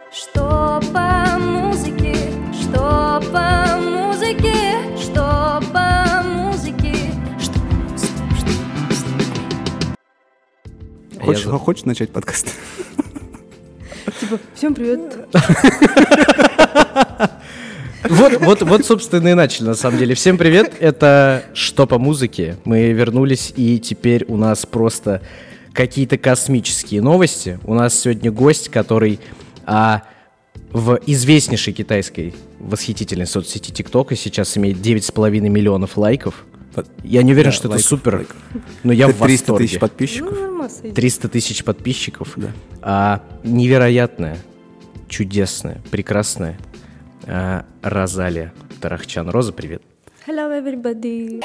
Что по музыке, что по музыке, что по музыке, что по музыке. Хочешь начать подкаст? Типа, всем привет. Вот, собственно, и начали, на самом деле. Всем привет, это «Что по музыке?». Мы вернулись, и теперь у нас просто какие-то космические новости. У нас сегодня гость, который в известнейшей китайской восхитительной соцсети ТикТока сейчас имеет 9,5 миллионов лайков. Я не уверен, что это супер, но я в восторге. 300 тысяч подписчиков. 300 тысяч подписчиков. Да. Невероятная, чудесная, прекрасная Розалия Тарахчан. Роза, привет. Hello, everybody.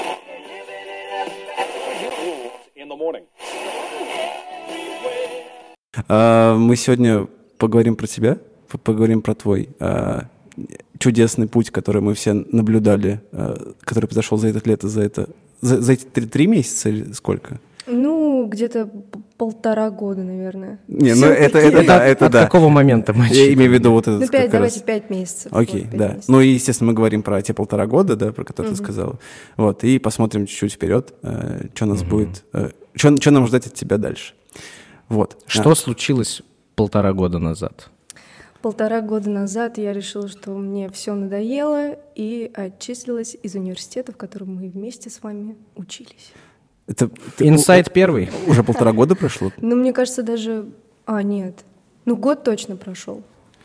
Мы сегодня поговорим про тебя, поговорим про твой чудесный путь, который мы все наблюдали, который произошел за это лето, за эти 3 месяца или сколько? Ну, где-то 1,5 года, наверное. Не, ну это да. От какого момента мы Я имею в виду вот этот. Ну, давайте 5 месяцев. Окей, вот, 5 да. месяцев. Ну и, естественно, мы говорим про те 1,5 года, да, про которые ты сказала. Вот, и посмотрим чуть-чуть вперед, что нас будет, что нам ждать от тебя дальше. Вот. Что случилось 1,5 года назад? 1,5 года назад я решила, что мне все надоело, и отчислилась из университета, в котором мы вместе с вами учились. Инсайт первый. Уже 1,5 года прошло? Ну, мне кажется, даже... нет. Ну, год точно прошел.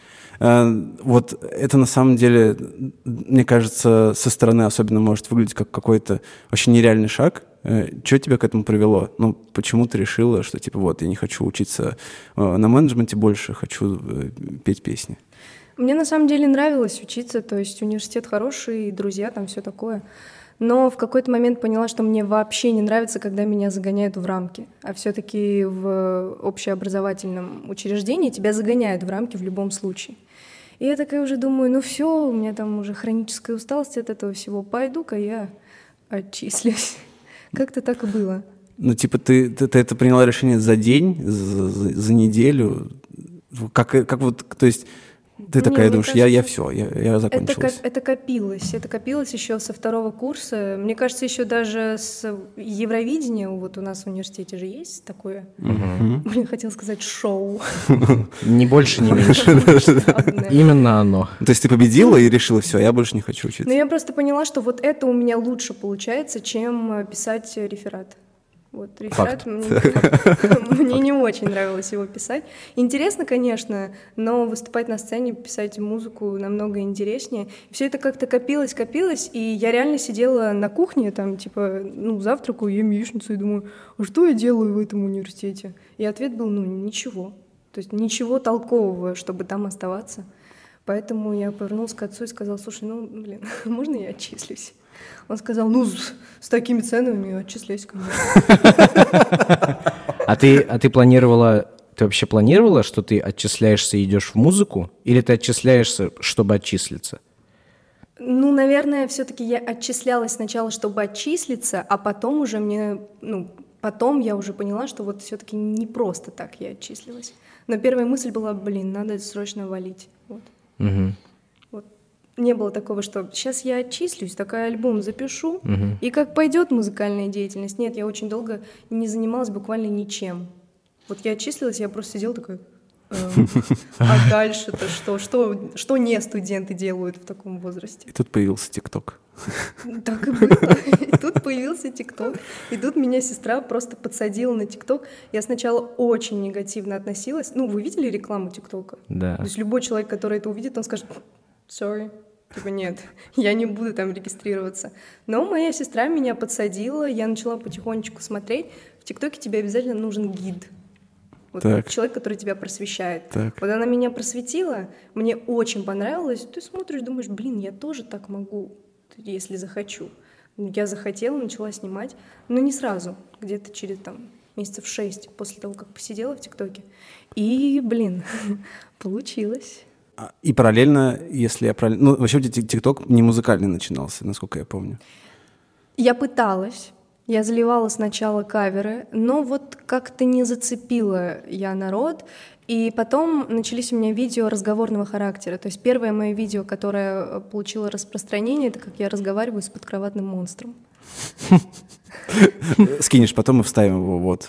Вот это на самом деле, мне кажется, со стороны особенно может выглядеть как какой-то вообще нереальный шаг. Что тебя к этому привело? Ну, почему ты решила, что типа вот, я не хочу учиться на менеджменте больше, хочу петь песни? Мне на самом деле нравилось учиться, то есть университет хороший, друзья, там все такое. Но в какой-то момент поняла, что мне вообще не нравится, когда меня загоняют в рамки. А все-таки в общеобразовательном учреждении тебя загоняют в рамки в любом случае. И я такая уже думаю, ну все, у меня там уже хроническая усталость от этого всего, пойду-ка я отчислюсь. Как-то так и было. Ну, типа, ты это приняла решение за день, за неделю? Как вот, то есть... Ты такая думаешь, кажется, я все, я закончилась. Это копилось еще со 2 курса. Мне кажется, еще даже с Евровидения, вот у нас в университете же есть такое, блин, хотела сказать шоу. Не больше, не меньше. Именно оно. То есть ты победила и решила, все, я больше не хочу учиться. Ну, я просто поняла, что вот это у меня лучше получается, чем писать реферат. Вот, реферат мне не очень нравилось его писать. Интересно, конечно, но выступать на сцене, писать музыку намного интереснее. Все это как-то копилось, и я реально сидела на кухне, там, типа, завтракаю, ем яичницу и думаю, а что я делаю в этом университете? И ответ был, ничего. То есть ничего толкового, чтобы там оставаться. Поэтому я повернулась к отцу и сказала, слушай, можно я отчислюсь? Он сказал, с такими ценами отчисляйся, конечно. А ты планировала, ты вообще планировала, что ты отчисляешься и идешь в музыку? Или ты отчисляешься, чтобы отчислиться? Ну, наверное, все-таки я отчислялась сначала, чтобы отчислиться, а потом уже потом я уже поняла, что вот все-таки не просто так я отчислилась. Но первая мысль была, надо срочно валить. Вот. Вот. Не было такого, что сейчас я отчислюсь, такой альбом запишу, и как пойдет музыкальная деятельность. Нет, я очень долго не занималась буквально ничем. Вот я отчислилась, я просто сидела такая, а дальше-то что? Что не студенты делают в таком возрасте? И тут появился ТикТок. Так и было. И тут появился ТикТок. И тут меня сестра просто подсадила на ТикТок. Я сначала очень негативно относилась. Вы видели рекламу ТикТока? Да. То есть любой человек, который это увидит, он скажет, sorry. Типа нет, я не буду там регистрироваться. Но моя сестра меня подсадила, я начала потихонечку смотреть. В ТикТоке тебе обязательно нужен гид. Вот человек, который тебя просвещает. Так. Вот она меня просветила, мне очень понравилось. Ты смотришь, думаешь, я тоже так могу, если захочу. Я захотела, начала снимать, но не сразу, где-то через месяцев 6 после того, как посидела в ТикТоке. И, получилось. И параллельно, если я правильно... вообще ТикТок не музыкальный начинался, насколько я помню. Я пыталась Я заливала сначала каверы, но вот как-то не зацепила я народ. И потом начались у меня видео разговорного характера. То есть первое мое видео, которое получило распространение, это как я разговариваю с подкроватным монстром. Скинешь, потом мы вставим его, вот.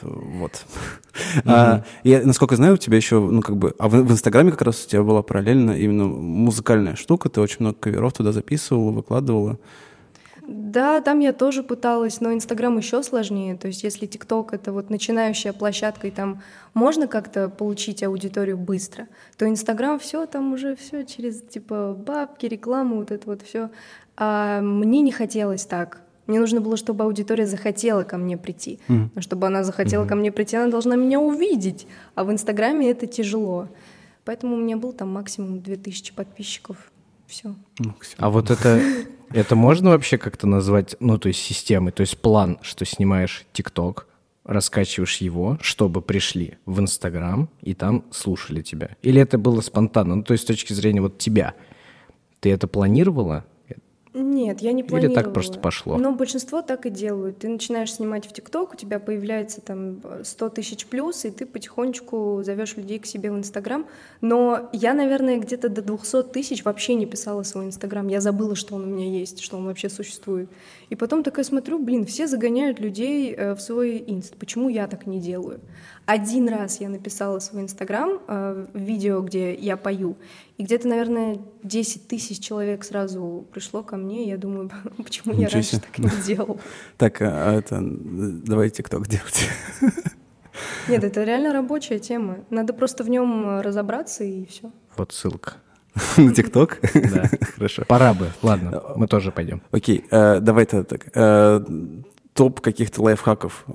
Я, насколько знаю, у тебя еще, в Инстаграме как раз у тебя была параллельно именно музыкальная штука, ты очень много каверов туда записывала, выкладывала. Да, там я тоже пыталась, но Инстаграм еще сложнее. То есть если ТикТок — это вот начинающая площадка, и там можно как-то получить аудиторию быстро, то Инстаграм все там уже все через типа бабки, рекламу, вот это вот все. А мне не хотелось так. Мне нужно было, чтобы аудитория захотела ко мне прийти. А чтобы она захотела ко мне прийти, она должна меня увидеть. А в Инстаграме это тяжело. Поэтому у меня был там максимум 2000 подписчиков. Все. А вот это можно вообще как-то назвать, то есть системой, то есть план, что снимаешь ТикТок, раскачиваешь его, чтобы пришли в Инстаграм и там слушали тебя? Или это было спонтанно? То есть с точки зрения вот тебя. Ты это планировала? Нет, я не планировала. Или так просто пошло? Но большинство так и делают. Ты начинаешь снимать в ТикТок, у тебя появляется там 100 тысяч плюс, и ты потихонечку зовешь людей к себе в Инстаграм. Но я, наверное, где-то до 200 тысяч вообще не писала свой Инстаграм. Я забыла, что он у меня есть, что он вообще существует. И потом такая смотрю, все загоняют людей в свой Инст. Почему я так не делаю? Один раз я написала свой Инстаграм в видео, где я пою, и где-то, наверное, 10 тысяч человек сразу пришло ко мне, и я думаю, почему я раньше так не делала. Так, давай ТикТок делать. Нет, это реально рабочая тема. Надо просто в нем разобраться, и все. Вот ссылка. На ТикТок? Да. Хорошо. Пора бы. Ладно, мы тоже пойдем. Окей, давай тогда так. Топ каких-то лайфхаков.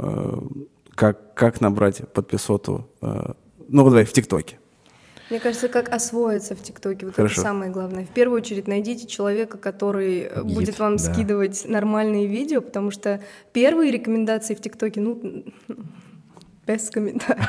Как набрать подписоту? Давай, в ТикТоке. Мне кажется, как освоиться в ТикТоке, вот Хорошо. это самое главное. В первую очередь найдите человека, который будет вам скидывать нормальные видео, потому что первые рекомендации в ТикТоке, без комментариев.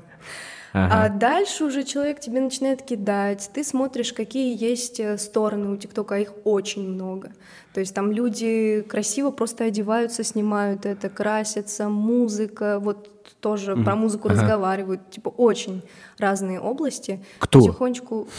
А дальше уже человек тебе начинает кидать, ты смотришь, какие есть стороны у ТикТока, а их очень много. То есть там люди красиво просто одеваются, снимают это, красятся, музыка, вот тоже про музыку разговаривают, типа очень разные области. Кто? Потихонечку...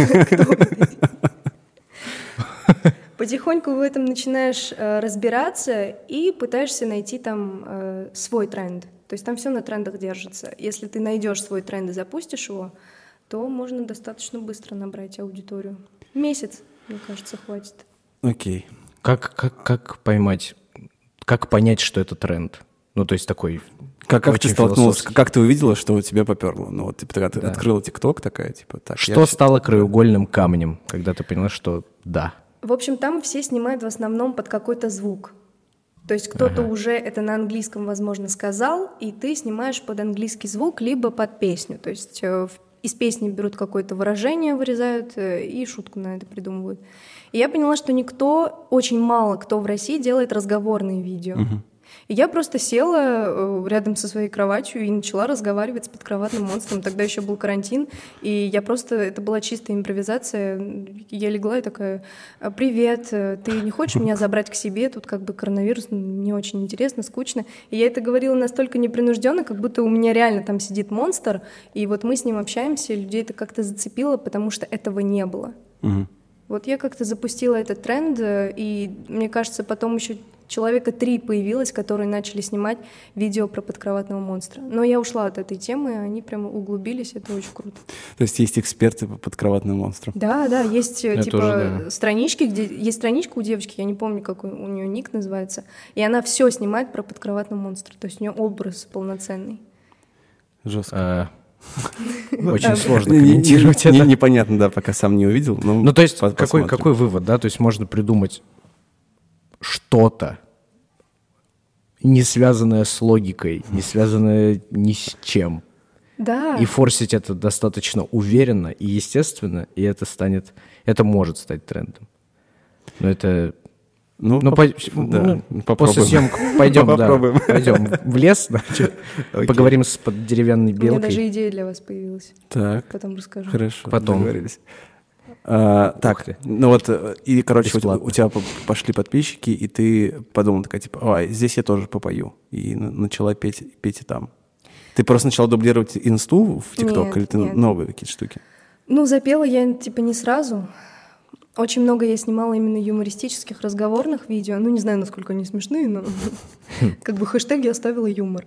Потихоньку в этом начинаешь разбираться и пытаешься найти там свой тренд. То есть там все на трендах держится. Если ты найдешь свой тренд и запустишь его, то можно достаточно быстро набрать аудиторию. Месяц, мне кажется, хватит. Окей. Как поймать, как понять, что это тренд? То есть такой... Как ты столкнулась, как ты увидела, что у тебя поперло? Когда ты открыла ТикТок, такая, типа, так... Что стало краеугольным камнем, когда ты поняла, что да? В общем, там все снимают в основном под какой-то звук. То есть кто-то уже это на английском, возможно, сказал, и ты снимаешь под английский звук, либо под песню. То есть из песни берут какое-то выражение, вырезают и шутку на это придумывают. И я поняла, что очень мало кто в России делает разговорные видео. И я просто села рядом со своей кроватью и начала разговаривать с подкроватным монстром. Тогда еще был карантин, и это была чистая импровизация. Я легла и такая: «Привет, ты не хочешь меня забрать к себе? Тут как бы коронавирус, мне очень интересно, скучно». И я это говорила настолько непринужденно, как будто у меня реально там сидит монстр, и вот мы с ним общаемся, и людей это как-то зацепило, потому что этого не было. Вот я как-то запустила этот тренд, и мне кажется, потом еще человека 3 появилось, которые начали снимать видео про подкроватного монстра. Но я ушла от этой темы, они прямо углубились, это очень круто. То есть есть эксперты по подкроватным монстрам? Да, есть странички, где есть страничка у девочки, я не помню, какой у нее ник называется, и она все снимает про подкроватного монстра, то есть у нее образ полноценный. Жестко. Очень сложно комментировать это. Непонятно, да, пока сам не увидел. То есть какой вывод, да? То есть можно придумать что-то, не связанное с логикой, не связанное ни с чем. Да. И форсить это достаточно уверенно и естественно, и это может стать трендом. Но это... после съемок пойдем в лес, поговорим под деревянной белкой. У меня даже идея для вас появилась. Так. Потом расскажу. Хорошо, потом. договорились. Так, ну вот, и, короче, у тебя пошли подписчики, и ты подумала такая, типа, здесь я тоже попою. И начала петь и там. Ты просто начала дублировать инсту в ТикТок, или ты новые какие-то штуки? Ну, запела я, типа, не сразу. Очень много я снимала именно юмористических, разговорных видео. Ну, не знаю, насколько они смешные, но как бы хэштеги оставила юмор.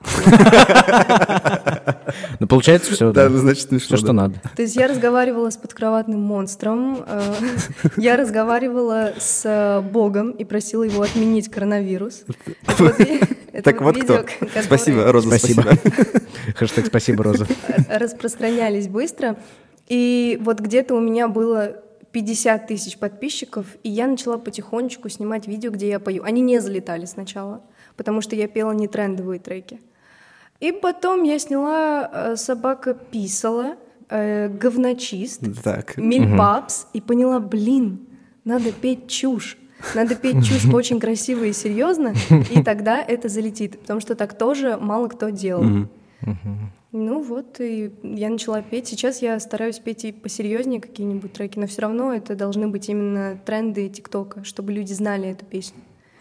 Ну, получается все, да? Да, значит, смешно. Все, что надо. То есть я разговаривала с подкроватным монстром, я разговаривала с Богом и просила его отменить коронавирус. Так вот кто. Спасибо, Роза, спасибо. Хэштег «Спасибо, Роза». Распространялись быстро. И вот где-то у меня было 50 тысяч подписчиков, и я начала потихонечку снимать видео, где я пою. Они не залетали сначала, потому что я пела не трендовые треки. И потом я сняла «Собака писала», «Говночист», «Мильпапс», и поняла, надо петь чушь. Надо петь чушь очень красиво и серьезно, и тогда это залетит, потому что так тоже мало кто делал. Ну вот, и я начала петь. Сейчас я стараюсь петь и посерьезнее какие-нибудь треки, но все равно это должны быть именно тренды ТикТока, чтобы люди знали эту песню.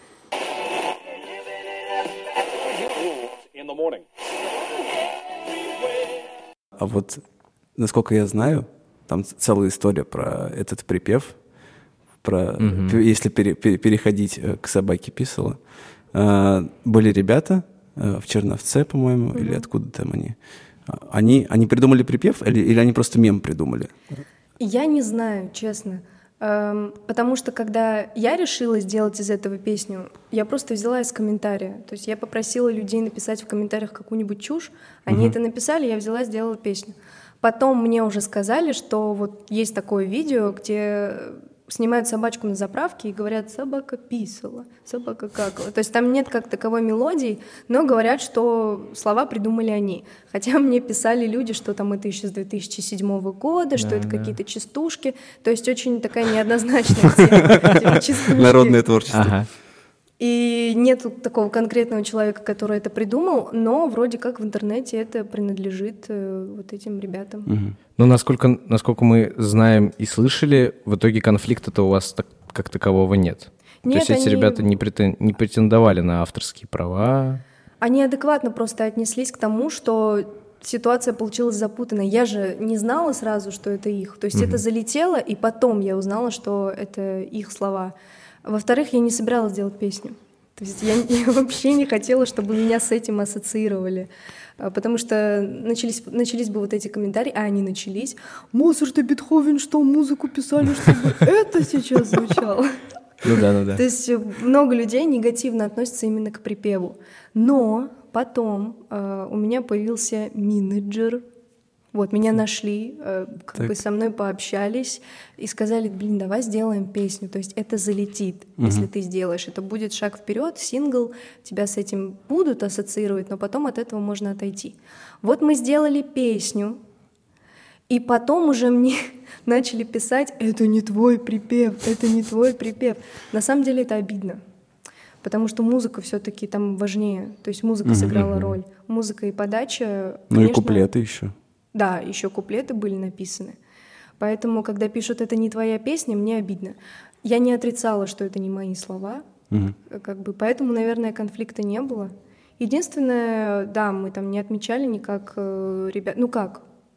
А вот, насколько я знаю, там целая история про этот припев, про если переходить к «Собаке писала». Были ребята в Черновце, по-моему, или откуда там они придумали припев или они просто мем придумали? Я не знаю, честно. Потому что когда я решила сделать из этого песню, я просто взяла из комментария. То есть я попросила людей написать в комментариях какую-нибудь чушь, они это написали, я взяла, сделала песню. Потом мне уже сказали, что вот есть такое видео, где снимают собачку на заправке и говорят «собака писала», «собака какала». То есть там нет как таковой мелодии, но говорят, что слова придумали они. Хотя мне писали люди, что там это еще с 2007 года, что это какие-то частушки. То есть очень такая неоднозначная тема. Народное творчество. И нет такого конкретного человека, который это придумал, но вроде как в интернете это принадлежит вот этим ребятам. Ну, насколько мы знаем и слышали, в итоге конфликта-то у вас как такового нет. Нет, то есть эти ребята не претендовали на авторские права? Они адекватно просто отнеслись к тому, что ситуация получилась запутанной. Я же не знала сразу, что это их. То есть это залетело, и потом я узнала, что это их слова. Во-вторых, я не собиралась делать песню. То есть я вообще не хотела, чтобы меня с этим ассоциировали. Потому что начались бы вот эти комментарии, а они начались. Моцарт и Бетховен что, музыку писали, чтобы это сейчас звучало? Ну да. То есть много людей негативно относятся именно к припеву. Но потом у меня появился менеджер. Вот, меня нашли, как бы со мной пообщались и сказали, давай сделаем песню. То есть это залетит, если ты сделаешь. Это будет шаг вперед, сингл, тебя с этим будут ассоциировать, но потом от этого можно отойти. Вот мы сделали песню, и потом уже мне начали писать, это не твой припев, это не твой припев. На самом деле это обидно. Потому что музыка все-таки там важнее. То есть музыка сыграла роль. Музыка и подача, конечно... Ну и куплеты еще. Да, еще куплеты были написаны. Поэтому, когда пишут «это не твоя песня», мне обидно. Я не отрицала, что это не мои слова. Как бы, поэтому, наверное, конфликта не было. Единственное, да, мы там не отмечали никак ребят... Ну как?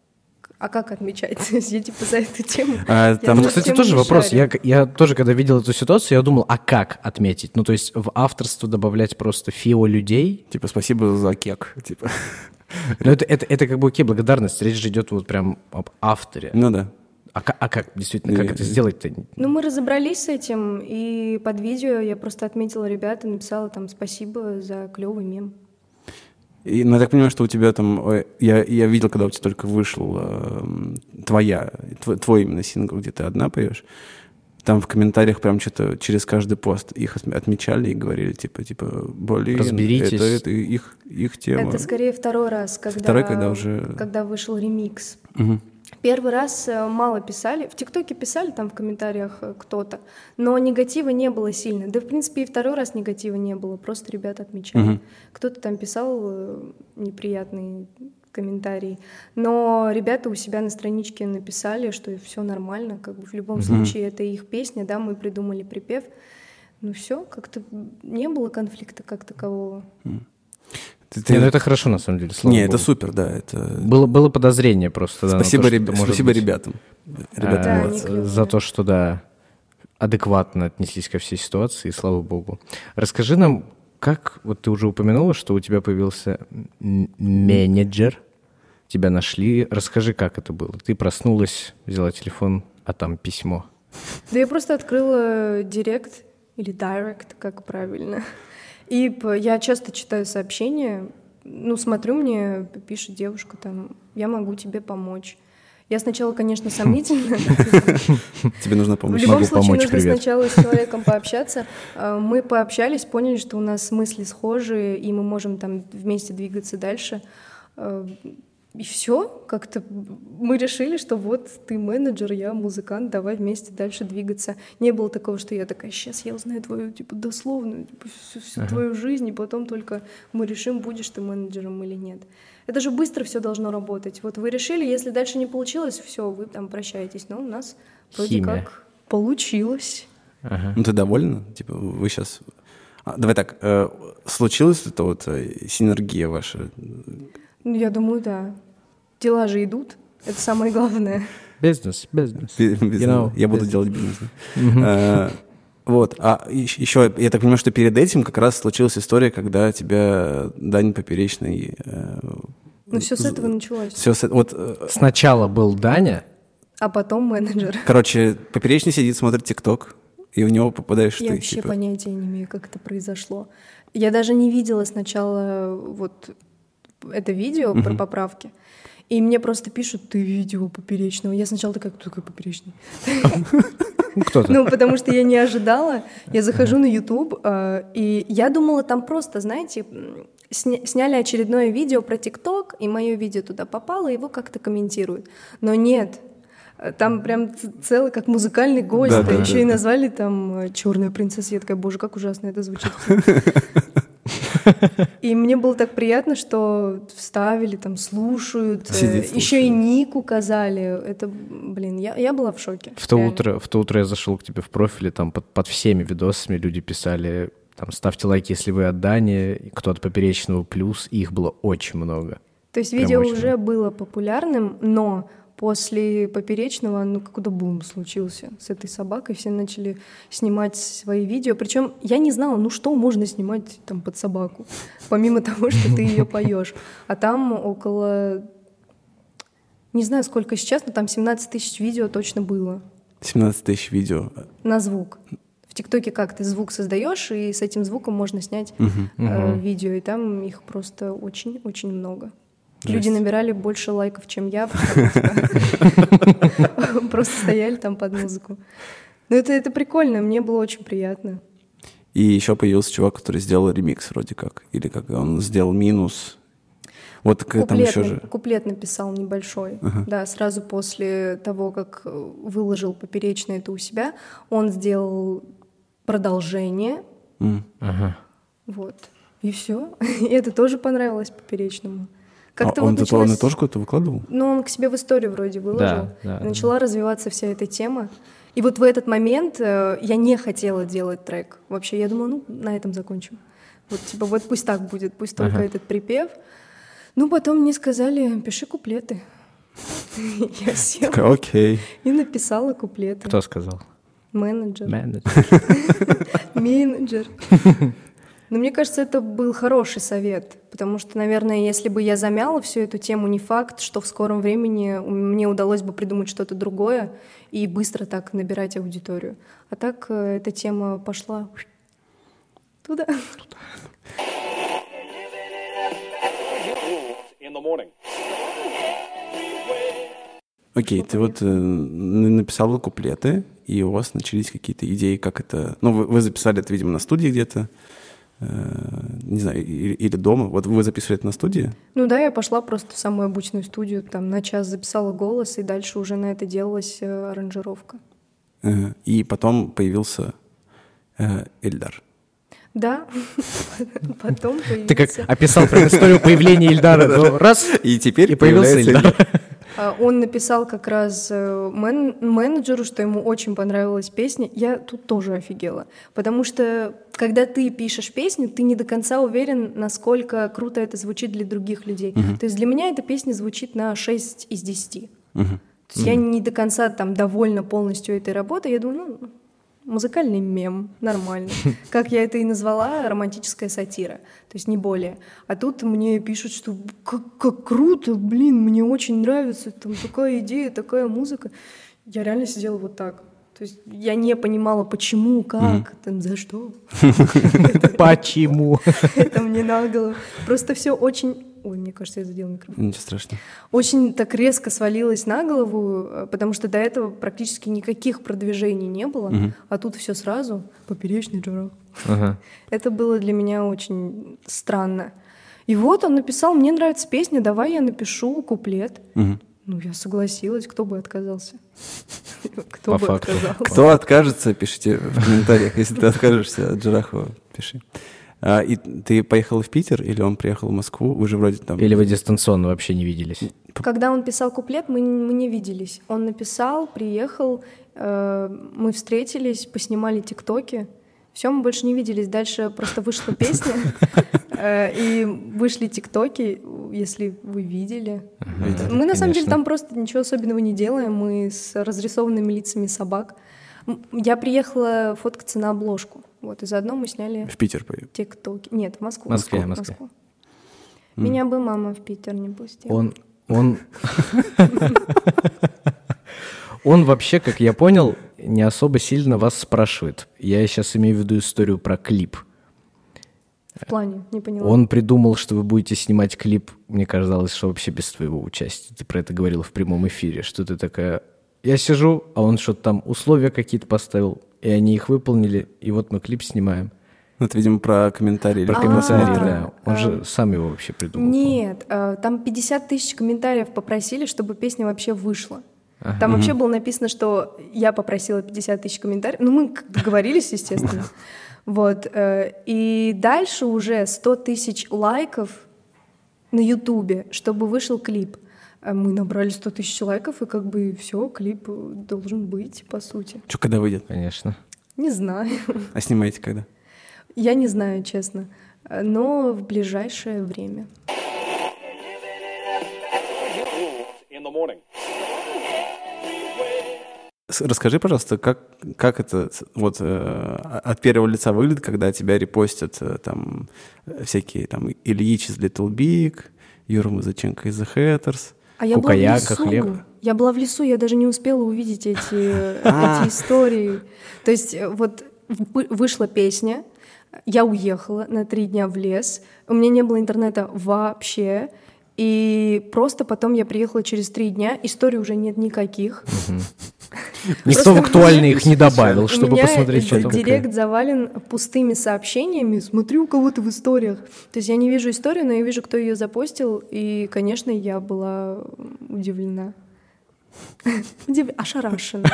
А как отмечать? Я типа за эту тему... Кстати, тоже вопрос. Я тоже, когда видел эту ситуацию, я думал, а как отметить? Ну, то есть в авторство добавлять просто фио людей? Типа спасибо за кек, типа... Ну, это как бы окей, благодарность. Речь же идет вот прям об авторе. Ну да. А как действительно, как это сделать-то? Ну, мы разобрались с этим, и под видео я просто отметила ребят и написала там спасибо за клевый мем. Ну, я так понимаю, что у тебя там... Я видел, когда у тебя только вышел твой именно сингл, где ты одна поешь. Там в комментариях прям что-то через каждый пост их отмечали и говорили, типа, блин, разберитесь. Это их тема. Это скорее второй раз, когда вышел ремикс. Первый раз мало писали, в ТикТоке писали там в комментариях кто-то, но негатива не было сильно. Да, в принципе, и второй раз негатива не было, просто ребята отмечали. Кто-то там писал неприятные комментарии. Но ребята у себя на страничке написали, что все нормально, как бы в любом случае это их песня, да, мы придумали припев. Ну все, как-то не было конфликта как такового. Не, ну это хорошо, на самом деле, слава Не, богу. это супер, да. Это... Было подозрение просто. Да, Спасибо, на то, что, спасибо быть, ребятам. Да, Ребята, они молодцы. клевые. за то, что, да, адекватно отнеслись ко всей ситуации, и слава богу. Расскажи нам, как, вот ты уже упомянула, что у тебя появился менеджер, тебя нашли. Расскажи, как это было. Ты проснулась, взяла телефон, а там письмо. Да я просто открыла директ или директ, как правильно. И я часто читаю сообщения, ну, смотрю, мне пишет девушка там, я могу тебе помочь. Я сначала, конечно, сомнительно. Тебе нужна В помощь. любом Могу случае помочь, нужно привет. сначала с человеком пообщаться. Мы пообщались, поняли, что у нас мысли схожи, и мы можем там вместе двигаться дальше. И все, как-то мы решили, что вот ты менеджер, я музыкант, давай вместе дальше двигаться. Не было такого, что я такая, сейчас я узнаю твою, типа, дословную, типа, всю твою жизнь, и потом только мы решим, будешь ты менеджером или нет. Это же быстро все должно работать. Вот вы решили, если дальше не получилось, все, вы там прощаетесь. Но у нас вроде Химия. как получилось. Ага. Ну, ты довольна? Типа, вы сейчас... давай так, случилась это вот синергия ваша? Ну, я думаю, да. Дела же идут, это самое главное. Бизнес. Я буду делать бизнес. Да? Вот. А еще, я так понимаю, что перед этим как раз случилась история, когда тебя Дань Поперечный... Ну, все с этого началось. Сначала был Даня. А потом менеджер. Короче, Поперечный сидит, смотрит ТикТок, и в него попадаешь Я ты. вообще Типа... понятия не имею, как это произошло. Я даже не видела сначала вот это видео про поправки. И мне просто пишут, ты видела Поперечного. Я сначала такая, кто такой Поперечный? Кто-то. Ну, потому что я не ожидала. Я захожу на YouTube, и я думала, там просто, знаете, сняли очередное видео про ТикТок, и мое видео туда попало, и его как-то комментируют. Но нет, там прям целый, как музыкальный гость. Да, Еще и назвали там «Черная принцесса». Я такая, боже, как ужасно это звучит. И мне было так приятно, что вставили, там, слушают. Еще и ник указали. Это, блин, я была в шоке. В то утро я зашел к тебе в профиле, там под всеми видосами люди писали, там, ставьте лайки, если вы от Дани, кто от Поперечного плюс, и их было очень много. То есть Прям видео очень уже было популярным, но после Поперечного, ну, какой-то бум случился с этой собакой, все начали снимать свои видео, причем я не знала, ну, что можно снимать там под собаку, помимо того, что ты ее поешь, а там около, не знаю, сколько сейчас, но там 17 тысяч видео точно было. 17 тысяч видео. На звук. В ТикТоке как ты звук создаешь, и с этим звуком можно снять видео, и там их просто очень-очень много. Люди набирали больше лайков, чем я, просто стояли там под музыку. Но это прикольно, мне было очень приятно. И еще появился чувак, который сделал ремикс вроде как. Или как он сделал минус. Вот там еще же... Куплет написал небольшой. Да, сразу после того, как выложил Поперечный это у себя, он сделал продолжение. Вот. И все. И это тоже понравилось Поперечному. Как-то он началось... тоже куда-то выкладывал? Ну, он к себе в историю вроде выложил. Да, начала развиваться вся эта тема. И вот в этот момент я не хотела делать трек. Вообще, я думала, ну, на этом закончим. Вот, типа, вот пусть так будет, пусть только этот припев. Ну, потом мне сказали, пиши куплеты. Я села Окей. и написала куплеты. Кто сказал? Менеджер. Менеджер. Менеджер. Но мне кажется, это был хороший совет, потому что, наверное, если бы я замяла всю эту тему, не факт, что в скором времени мне удалось бы придумать что-то другое и быстро так набирать аудиторию. А так эта тема пошла туда. Окей, ты вот написала куплеты, и у вас начались какие-то идеи, как это... Ну, вы записали это, видимо, на студии где-то. Не знаю, или дома. Вот вы записывали это на студии? Ну да, я пошла просто в самую обычную студию, там на час записала голос, и дальше уже на это делалась аранжировка. И потом появился Эльдар. Да, потом появился... Ты как описал прям историю появления Ильдара, ну, раз, И теперь и появился Ильдар. Он написал как раз менеджеру, что ему очень понравилась песня. Я тут тоже офигела. Потому что, когда ты пишешь песню, ты не до конца уверен, насколько круто это звучит для других людей. То есть для меня эта песня звучит на 6 из 10. То есть я не до конца там довольна полностью этой работой. Я думаю, ну, музыкальный мем, нормально. Как я это и назвала, романтическая сатира. То есть не более. А тут мне пишут, что как круто, блин, мне очень нравится, там такая идея, такая музыка. Я реально сидела вот так. То есть я не понимала, почему, как, там, за что. Почему? Это мне на голову. Просто все очень... Ой, мне кажется, я задела микрофон. Ничего страшного. Очень так резко свалилось на голову, потому что до этого практически никаких продвижений не было, а тут все сразу, поперечный джарах. Это было для меня очень странно. И вот он написал, мне нравится песня, давай я напишу куплет. Ну, я согласилась, кто бы отказался? Кто бы отказался? Кто откажется, пишите в комментариях. Если ты откажешься от Джарахова, пиши. И ты поехала в Питер, или он приехал в Москву? Вы же вроде там... Или вы дистанционно вообще не виделись? Когда он писал куплет, мы не виделись. Он написал, приехал, мы встретились, поснимали тиктоки. Все, мы больше не виделись. Дальше просто вышла песня, и вышли тиктоки, если вы видели. Мы, на самом деле, там просто ничего особенного не делаем. Мы с разрисованными лицами собак. Я приехала фоткаться на обложку. Вот, и заодно мы сняли... В Питер поехали? ТикТоки. Нет, в Москву. Москве. Меня бы мама в Питер не пустила. Он вообще, как я понял, не особо сильно вас спрашивает. Я сейчас имею в виду историю про клип. В плане, не поняла. Он придумал, что вы будете снимать клип, мне казалось, что вообще без твоего участия. Ты про это говорила в прямом эфире, что ты такая... Я сижу, а он что-то там условия какие-то поставил, и они их выполнили, и вот мы клип снимаем. Это, видимо, про комментарии. Про комментарии, да. Он же сам его вообще придумал. Нет, там 50 тысяч комментариев попросили, чтобы песня вообще вышла. Там вообще было написано, что я попросила 50 тысяч комментариев. Ну, мы договорились, естественно. Вот. И дальше уже 100 тысяч лайков на Ютубе, чтобы вышел клип. Мы набрали 100 тысяч лайков, и как бы все, клип должен быть, по сути. Что, когда выйдет? Конечно. Не знаю. А снимаете когда? Я не знаю, честно. Но в ближайшее время. Расскажи, пожалуйста, как это вот от первого лица выглядит, когда тебя репостят там всякие там Ильич из Little Big, Юра Музыченко из The Hatters, Кукаяка, Хлеб. Я была в лесу, я даже не успела увидеть эти истории. То есть вот вышла песня, я уехала на 3 дня в лес, у меня не было интернета вообще, и просто потом я приехала через 3 дня, историй уже нет никаких. Никто в актуальные их не добавил, чтобы посмотреть, что там. У меня директ завален пустыми сообщениями, смотрю у кого-то в историях. То есть я не вижу историю, но я вижу, кто ее запостил, и, конечно, я была удивлена. Ошарашена.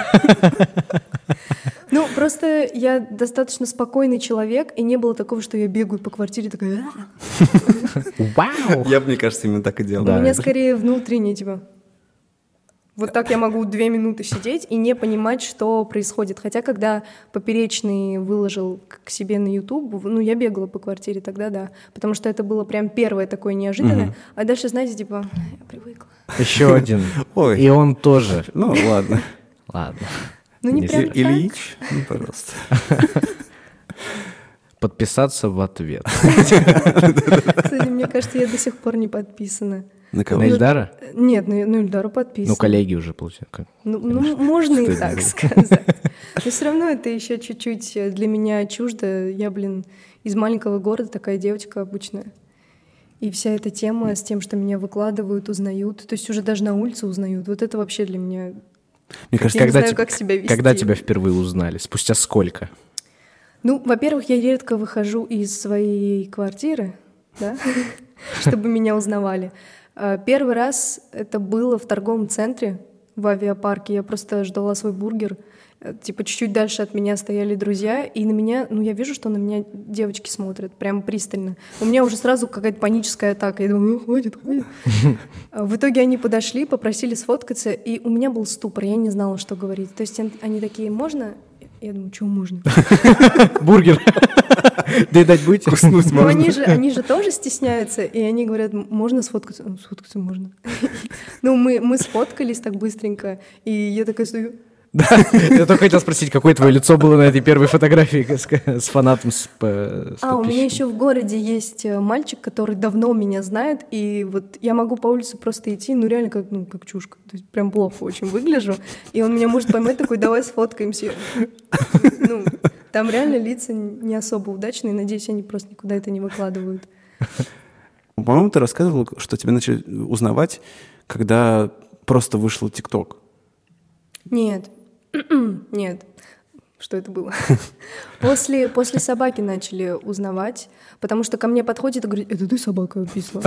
Ну, просто я достаточно спокойный человек, и не было такого, что я бегаю по квартире такая... Вау! Я бы, мне кажется, именно так и делал. У меня скорее внутренне, типа... Вот так я могу 2 минуты сидеть и не понимать, что происходит. Хотя, когда Поперечный выложил к себе на YouTube, ну, я бегала по квартире тогда, да. Потому что это было прям первое такое неожиданное. А дальше, знаете, типа, я привыкла. Еще один. Ой. И он тоже. Ну, ладно. Ладно. Ну, не прям так. Ильич, ну, пожалуйста. Подписаться в ответ. Кстати, мне кажется, я до сих пор не подписана. На кого? На Ильдара? Нет, на Ильдару подписана. Ну, коллеги уже, получается. Ну, можно и так сказать. Но все равно это еще чуть-чуть для меня чуждо. Я, из маленького города, такая девочка обычная. И вся эта тема с тем, что меня выкладывают, узнают, то есть уже даже на улице узнают, вот это вообще для меня... Мне кажется, я не знаю, как себя вести. Когда тебя впервые узнали? Спустя сколько? Ну, во-первых, я редко выхожу из своей квартиры, да, чтобы меня узнавали. Первый раз это было в торговом центре, в авиапарке. Я просто ждала свой бургер. Типа чуть-чуть дальше от меня стояли друзья, и на меня, я вижу, что на меня девочки смотрят прям пристально. У меня уже сразу какая-то паническая атака. Я думаю, хватит. В итоге они подошли, попросили сфоткаться, и у меня был ступор, я не знала, что говорить. То есть они такие, можно? Я думаю, чего можно? Бургер. Доедать будете? Куснуть Ну, можно. они же тоже стесняются, и они говорят, можно сфоткаться? Сфоткаться можно. Ну, мы сфоткались так быстренько, и я такая стою. Да, я только хотел спросить, какое твое лицо было на этой первой фотографии с фанатом, с у меня еще в городе есть мальчик, который давно меня знает, и вот я могу по улице просто идти, реально как чушка, то есть прям плохо очень выгляжу, и он меня может поймать такой, давай сфоткаемся. Там реально лица не особо удачные, надеюсь, они просто никуда это не выкладывают. По-моему, ты рассказывал, что тебя начали узнавать, когда просто вышел ТикТок. Нет. Нет. Что это было? После собаки начали узнавать, потому что ко мне подходит и говорит, это ты собака описала?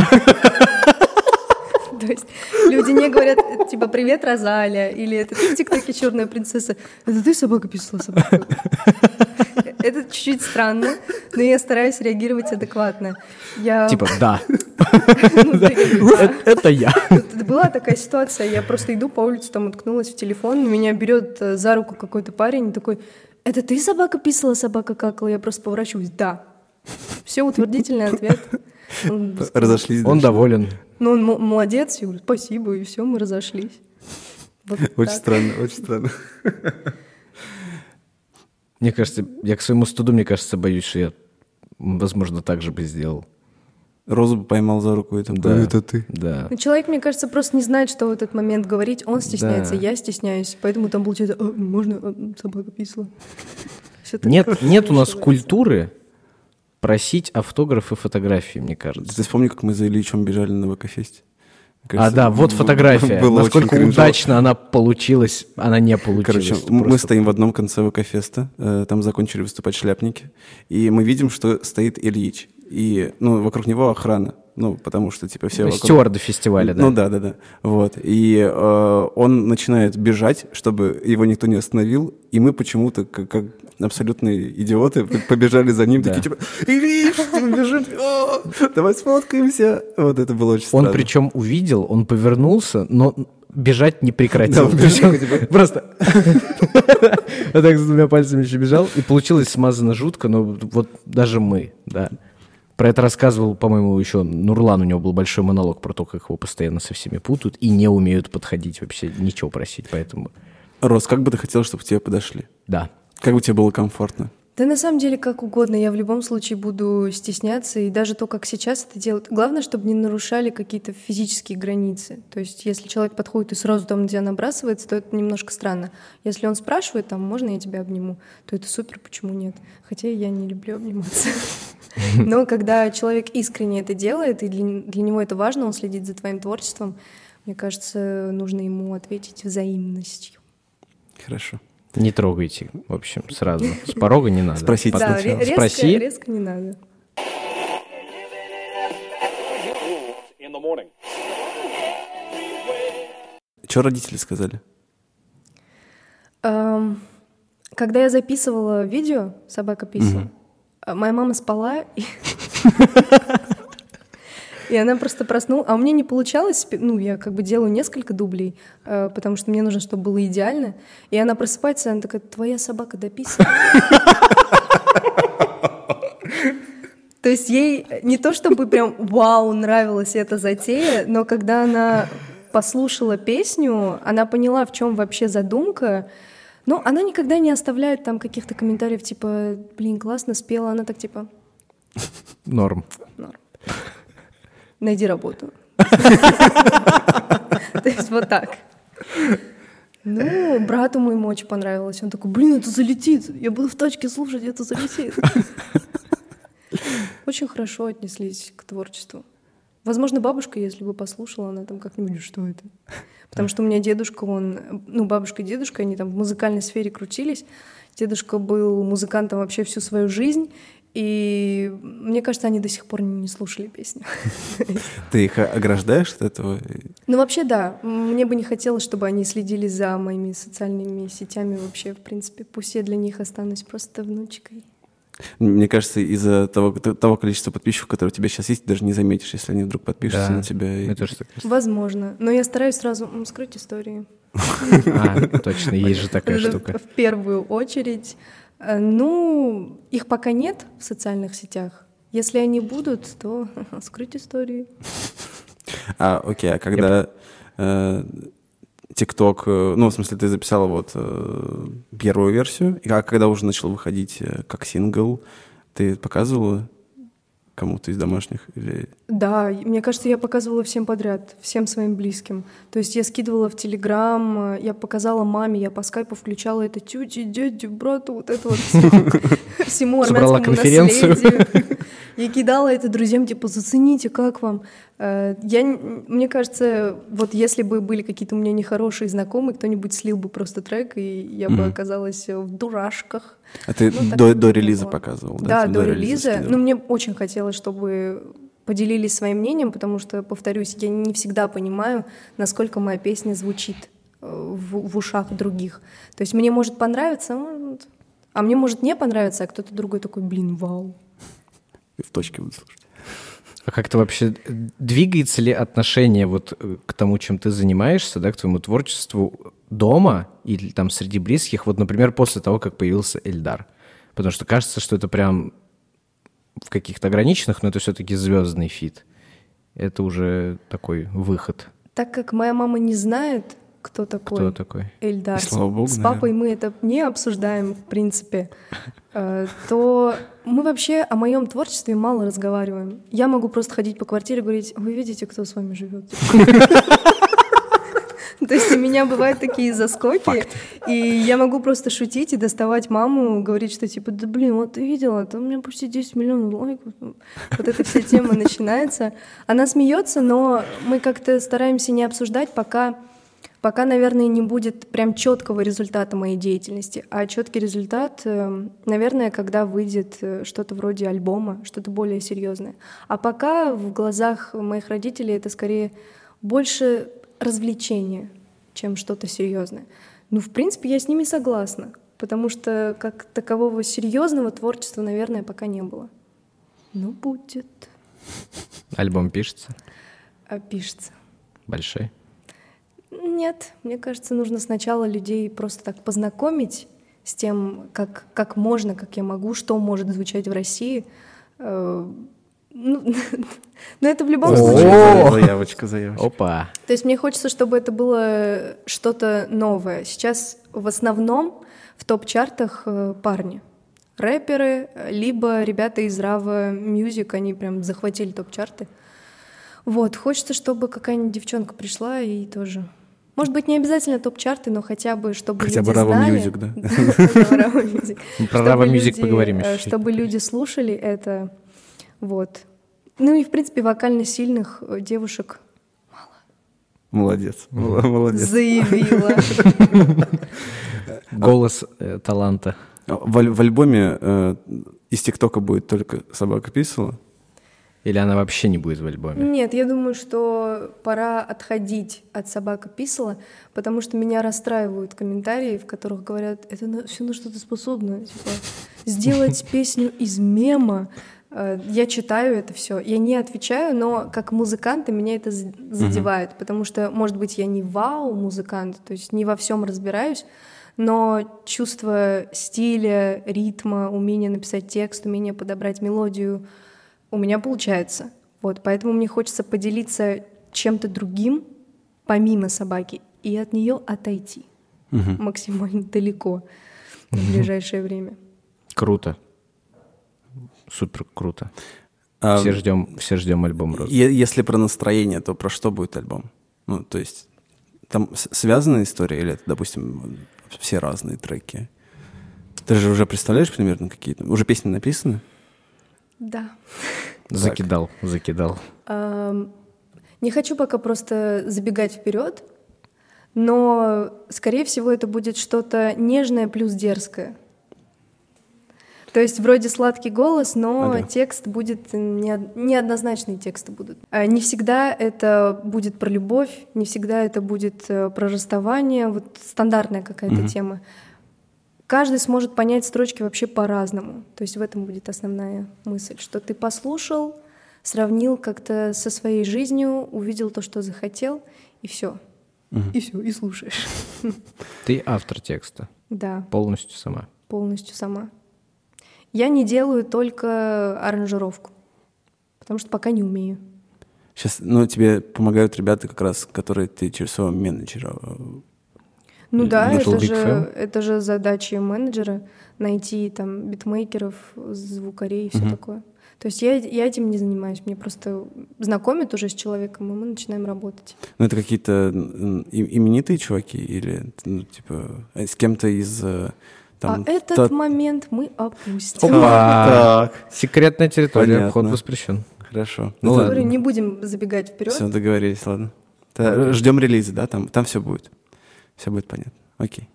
То есть люди не говорят, типа, привет, Розаля, или это ты в ТикТоке черная принцесса, это ты собака описала собаку? Это чуть-чуть странно, но я стараюсь реагировать адекватно. Типа, да. Это я. Была такая ситуация, я просто иду по улице, там уткнулась в телефон, меня берет за руку какой-то парень, такой, это ты собака писала, собака какала? Я просто поворачиваюсь, да. Все, утвердительный ответ. Разошлись. Он доволен. Он молодец, я говорю, спасибо, и все, мы разошлись. Очень странно, очень странно. Мне кажется, я к своему стыду, боюсь, что я, возможно, так же бы сделал. Розу бы поймал за руку и там, да, это ты. Да. Человек, мне кажется, просто не знает, что в этот момент говорить. Он стесняется, да. Я стесняюсь. Поэтому там получается, можно, собака писала. Нет у нас культуры просить автографы, фотографии, мне кажется. Ты вспомни, как мы за Ильичом бежали на ВК-фесте. Кажется, да, вот фотография. Насколько удачно она получилась, она не получилась. Короче, мы стоим в одном конце ВК-феста, там закончили выступать шляпники, и мы видим, что стоит Ильич. И, вокруг него охрана, потому что, типа, все вокруг... Стюарды фестиваля, да? Да. Вот. И он начинает бежать, чтобы его никто не остановил, и мы почему-то, как абсолютные идиоты, побежали за ним, такие, типа, Ильич, бежим, давай сфоткаемся. Вот это было очень странно. Он причем увидел, он повернулся, но бежать не прекратил. Просто вот так с двумя пальцами еще бежал, и получилось смазано жутко, но вот даже мы, да. Про это рассказывал, по-моему, еще Нурлан, у него был большой монолог про то, как его постоянно со всеми путают и не умеют подходить вообще, ничего просить, поэтому... Рос, как бы ты хотел, чтобы к тебе подошли? Да. Как бы тебе было комфортно? Да на самом деле как угодно, я в любом случае буду стесняться, и даже то, как сейчас это делают. Главное, чтобы не нарушали какие-то физические границы. То есть если человек подходит и сразу там на тебя набрасывается, то это немножко странно. Если он спрашивает, там, можно я тебя обниму, то это супер, почему нет? Хотя я не люблю обниматься. Но когда человек искренне это делает, и для него это важно, он следит за твоим творчеством, мне кажется, нужно ему ответить взаимностью. Хорошо. Не трогайте, в общем, сразу. С порога не надо. Спросите сначала. Спроси. Резко не надо. Что родители сказали? Когда я записывала видео «Собака писала», моя мама спала, и она просто проснулась. А у меня не получалось, я как бы делаю несколько дублей, потому что мне нужно, чтобы было идеально. И она просыпается, и она такая, твоя собака дописана. То есть ей не то чтобы прям вау, нравилась эта затея, но когда она послушала песню, она поняла, в чем вообще задумка. Но она никогда не оставляет там каких-то комментариев, типа, блин, классно спела. Она так типа... Норм. Найди работу. То есть вот так. Брату моему очень понравилось. Он такой, блин, это залетит. Я буду в тачке слушать, это залетит. Очень хорошо отнеслись к творчеству. Возможно, бабушка, если бы послушала, она там как-нибудь, что это? Потому что у меня дедушка, бабушка и дедушка, они там в музыкальной сфере крутились. Дедушка был музыкантом вообще всю свою жизнь. И мне кажется, они до сих пор не слушали песню. Ты их ограждаешь от этого? Ну, вообще, да. Мне бы не хотелось, чтобы они следили за моими социальными сетями вообще, в принципе. Пусть я для них останусь просто внучкой. Мне кажется, из-за того количества подписчиков, которые у тебя сейчас есть, ты даже не заметишь, если они вдруг подпишутся на тебя. Это же возможно. Но я стараюсь сразу скрыть истории. Точно, есть же такая штука. В первую очередь. Ну, их пока нет в социальных сетях. Если они будут, то скрыть истории. Окей, а когда ТикТок, ну, в смысле, ты записала вот первую версию, а когда уже начал выходить как сингл, ты показывала кому-то из домашних? Или... Да, мне кажется, я показывала всем подряд, всем своим близким. То есть я скидывала в Телеграм, я показала маме, я по скайпу включала это тете, дяде, брату, вот это вот всему армянскому наследию. Я кидала это друзьям, типа, зацените, как вам. Мне кажется, вот если бы были какие-то у меня нехорошие знакомые, кто-нибудь слил бы просто трек, и я бы оказалась в дурашках. А ты до релиза показывал, да? Да, до релиза. Ну, мне очень хотелось, чтобы поделились своим мнением, потому что, повторюсь, я не всегда понимаю, насколько моя песня звучит в ушах других. То есть мне может понравиться, а мне может не понравиться, а кто-то другой такой, блин, вау. И в точке буду слушать. А как-то вообще двигается ли отношение вот к тому, чем ты занимаешься, да, к твоему творчеству дома или там среди близких, вот, например, после того, как появился Эльдар? Потому что кажется, что это прям в каких-то ограниченных, но это все-таки звездный фит. Это уже такой выход. Так как моя мама не знает, кто такой Эльдар, слава богу, с папой мы это не обсуждаем, в принципе, то мы вообще о моем творчестве мало разговариваем. Я могу просто ходить по квартире и говорить: вы видите, кто с вами живет? То есть у меня бывают такие заскоки, и я могу просто шутить и доставать маму, говорить, что типа, да блин, вот ты видела, там у меня почти 10 миллионов лайков. Вот эта вся тема начинается. Она смеется, но мы как-то стараемся не обсуждать, пока, наверное, не будет прям четкого результата моей деятельности. А четкий результат, наверное, когда выйдет что-то вроде альбома, что-то более серьезное. А пока в глазах моих родителей это скорее больше развлечение, чем что-то серьезное. Ну, в принципе, я с ними согласна, потому что как такового серьезного творчества, наверное, пока не было. Ну, будет. Альбом пишется? Пишется. Большой? Нет, мне кажется, нужно сначала людей просто так познакомить с тем, как можно, как я могу, что может звучать в России. Ну, это в любом случае... Заявочка. Опа! То есть мне хочется, чтобы это было что-то новое. Сейчас в основном в топ-чартах парни. Рэперы, либо ребята из Rava Music, они прям захватили топ-чарты. Вот, хочется, чтобы какая-нибудь девчонка пришла и тоже... Может быть, не обязательно топ-чарты, но хотя бы, чтобы люди знали... Хотя бы Rava Music, да? Про Rava Music поговорим еще. Чтобы люди слушали это... Вот. Ну и, в принципе, вокально сильных девушек мало. Молодец. Заявила. Голос таланта. В альбоме из ТикТока будет только «Собака писала»? Или она вообще не будет в альбоме? Нет, я думаю, что пора отходить от «Собака писала», потому что меня расстраивают комментарии, в которых говорят, это все на что-то способно. Типа, сделать песню из мема. Я читаю это все, я не отвечаю, но как музыкант меня это задевает, потому что, может быть, я не вау-музыкант, то есть не во всем разбираюсь, но чувство стиля, ритма, умение написать текст, умение подобрать мелодию у меня получается. Вот, поэтому мне хочется поделиться чем-то другим, помимо собаки, и от нее отойти максимально далеко в ближайшее время. Круто. Супер круто. Все ждем альбом «Роза». Если про настроение, то про что будет альбом? Ну, то есть там связанная история или это, допустим, все разные треки? Ты же уже представляешь примерно какие-то? Уже песни написаны? Да. Закидал. Не хочу пока просто забегать вперед, но, скорее всего, это будет что-то нежное плюс дерзкое. То есть вроде сладкий голос, но текст будет неоднозначные тексты будут. Не всегда это будет про любовь, не всегда это будет про расставание, вот стандартная какая-то тема. Каждый сможет понять строчки вообще по-разному. То есть в этом будет основная мысль, что ты послушал, сравнил как-то со своей жизнью, увидел то, что захотел, и все. И все, и слушаешь. Ты автор текста? Да. Полностью сама? Полностью сама. Я не делаю только аранжировку, потому что пока не умею. Сейчас, тебе помогают ребята как раз, которые ты через своего менеджера. Ну да, это же задача менеджера — найти там битмейкеров, звукарей и все такое. То есть я этим не занимаюсь, мне просто знакомят уже с человеком, и мы начинаем работать. Ну это какие-то именитые чуваки или с кем-то из... этот момент мы опустим. Опа! Секретная территория, вход воспрещен. Хорошо. Говорю, не будем забегать вперед. Все, договорились, ладно. Ждем релиза, да? Там все будет. Все будет понятно. Окей.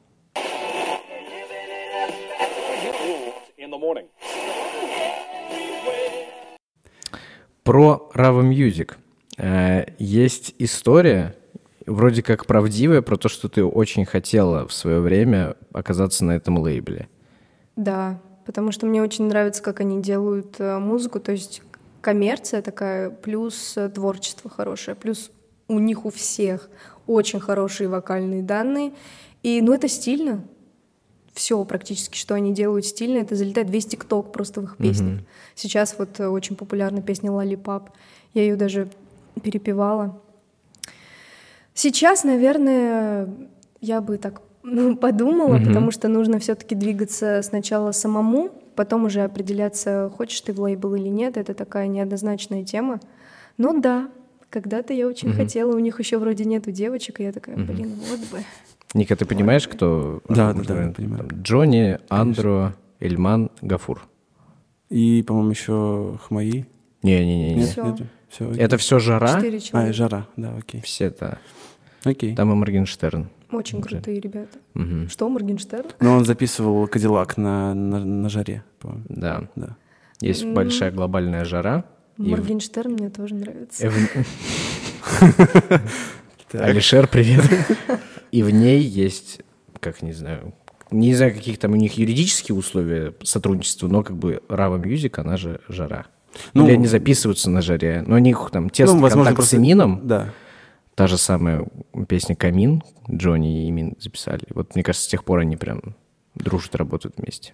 Про Rava Music. Есть история, вроде как правдивая, про то, что ты очень хотела в свое время оказаться на этом лейбле. Да, потому что мне очень нравится, как они делают музыку, то есть коммерция такая, плюс творчество хорошее, плюс у них у всех очень хорошие вокальные данные, и это стильно. Все практически, что они делают стильно, это залетает весь ТикТок просто в их песнях. Сейчас вот очень популярна песня «Lollipop», я ее даже перепевала. Сейчас, наверное, я бы так подумала, потому что нужно все-таки двигаться сначала самому, потом уже определяться, хочешь ты в лейбл или нет. Это такая неоднозначная тема. Но да, когда-то я очень хотела, у них еще вроде нету девочек, и я такая, вот бы. Ника, ты понимаешь, кто? Да, понимаю. Джонни, Андро, Эльман, Гафур. И, по-моему, еще Хмаи. Не. Все, это все Жара? 4 человека. Жара, да, окей. Все это. Окей. Там и Моргенштерн. Очень крутые ребята. Что, Моргенштерн? Он записывал «Кадиллак» на Жаре, по-моему. Да. Есть большая глобальная жара. Моргенштерн мне тоже нравится. Алишер, привет. И в ней есть, не знаю, каких там у них юридические условия сотрудничества, но Rava Music, она же Жара. Или они записываются на Жаре, но у них там тесный контакт с Эмином. Да. Та же самая песня «Камин», Джонни и Эмин записали. Вот мне кажется, с тех пор они прям дружат, работают вместе.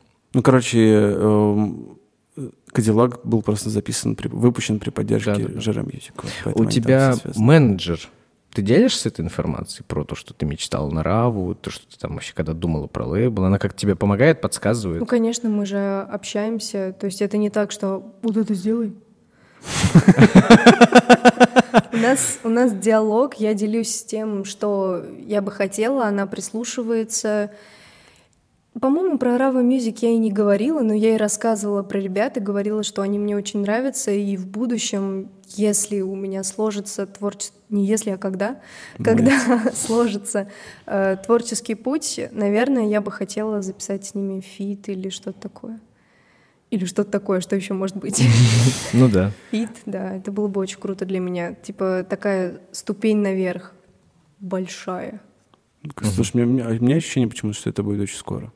«Кадиллак» был просто выпущен при поддержке Жара Music. У тебя менеджер. Ты делишься этой информацией про то, что ты мечтала на Раву, то, что ты там вообще когда думала про лейбл? Она как тебе помогает, подсказывает? Конечно, мы же общаемся. То есть это не так, что вот это сделай. У нас диалог, я делюсь тем, что я бы хотела, она прислушивается. По-моему, про Rava Music я и не говорила, но я и рассказывала про ребят и говорила, что они мне очень нравятся, и в будущем, если у меня сложится творчество, не если, а когда сложится творческий путь, наверное, я бы хотела записать с ними фит или что-то такое. Или что-то такое, что еще может быть. Ну да. Фит, да, это было бы очень круто для меня. Типа такая ступень наверх, большая. Слушай, у меня ощущение почему-то, что это будет очень скоро.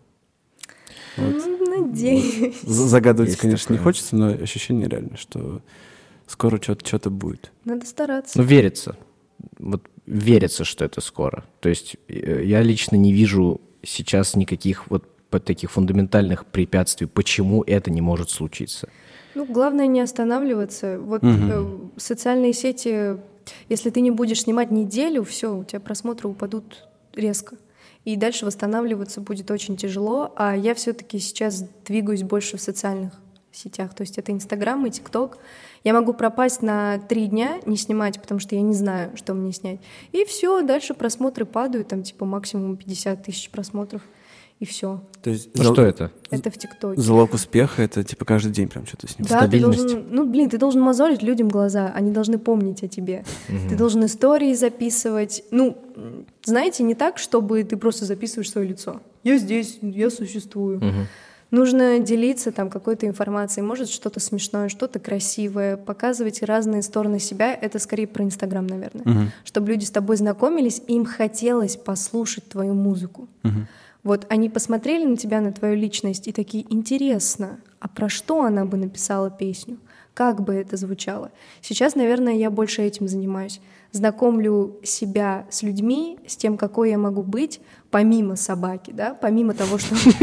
Надеюсь. Загадывать, конечно, не хочется, но ощущение реально, что скоро что-то будет. Надо стараться. Ну, верится. Вот верится, что это скоро. То есть я лично не вижу сейчас никаких таких фундаментальных препятствий, почему это не может случиться. Главное не останавливаться. Социальные сети, если ты не будешь снимать неделю, все, у тебя просмотры упадут резко. И дальше восстанавливаться будет очень тяжело, а я все-таки сейчас двигаюсь больше в социальных сетях, то есть это Инстаграм и ТикТок. Я могу пропасть на 3 дня, не снимать, потому что я не знаю, что мне снять. И все, дальше просмотры падают, там максимум 50 тысяч просмотров, и все. То есть что это? Это в ТикТоке. Залог успеха — это каждый день прям что-то снимать. Да, стабильность. Ты должен мозолить людям глаза, они должны помнить о тебе. Ты должен истории записывать. Знаете, не так, чтобы ты просто записываешь свое лицо. Я здесь, я существую. Нужно делиться там какой-то информацией, может, что-то смешное, что-то красивое, показывать разные стороны себя. Это скорее про Инстаграм, наверное. Чтобы люди с тобой знакомились, им хотелось послушать твою музыку. Вот они посмотрели на тебя, на твою личность, и такие: интересно, а про что она бы написала песню? Как бы это звучало? Сейчас, наверное, я больше этим занимаюсь. Знакомлю себя с людьми, с тем, какой я могу быть, помимо собаки, да, помимо того,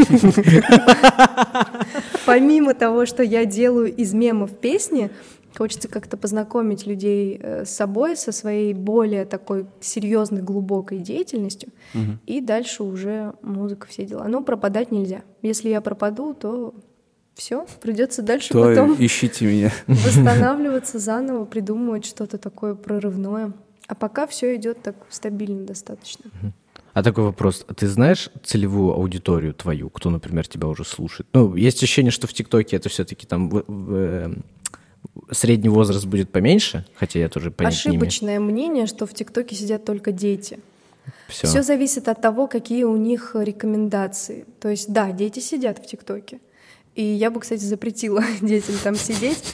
что я делаю из мемов песни, хочется как-то познакомить людей с собой, со своей более такой серьезной, глубокой деятельностью, и дальше уже музыка, все дела. Но пропадать нельзя. Если я пропаду, то все, придется дальше то потом ищите меня. Восстанавливаться заново, придумывать что-то такое прорывное. А пока все идет так стабильно достаточно. А такой вопрос. Ты знаешь целевую аудиторию твою, кто, например, тебя уже слушает? Ну, есть ощущение, что в ТикТоке это все-таки там средний возраст будет поменьше, хотя я тоже понятия не имею. Ошибочное мнение, что в ТикТоке сидят только дети. Все. Все зависит от того, какие у них рекомендации. То есть, да, дети сидят в ТикТоке. И я бы, кстати, запретила детям там сидеть.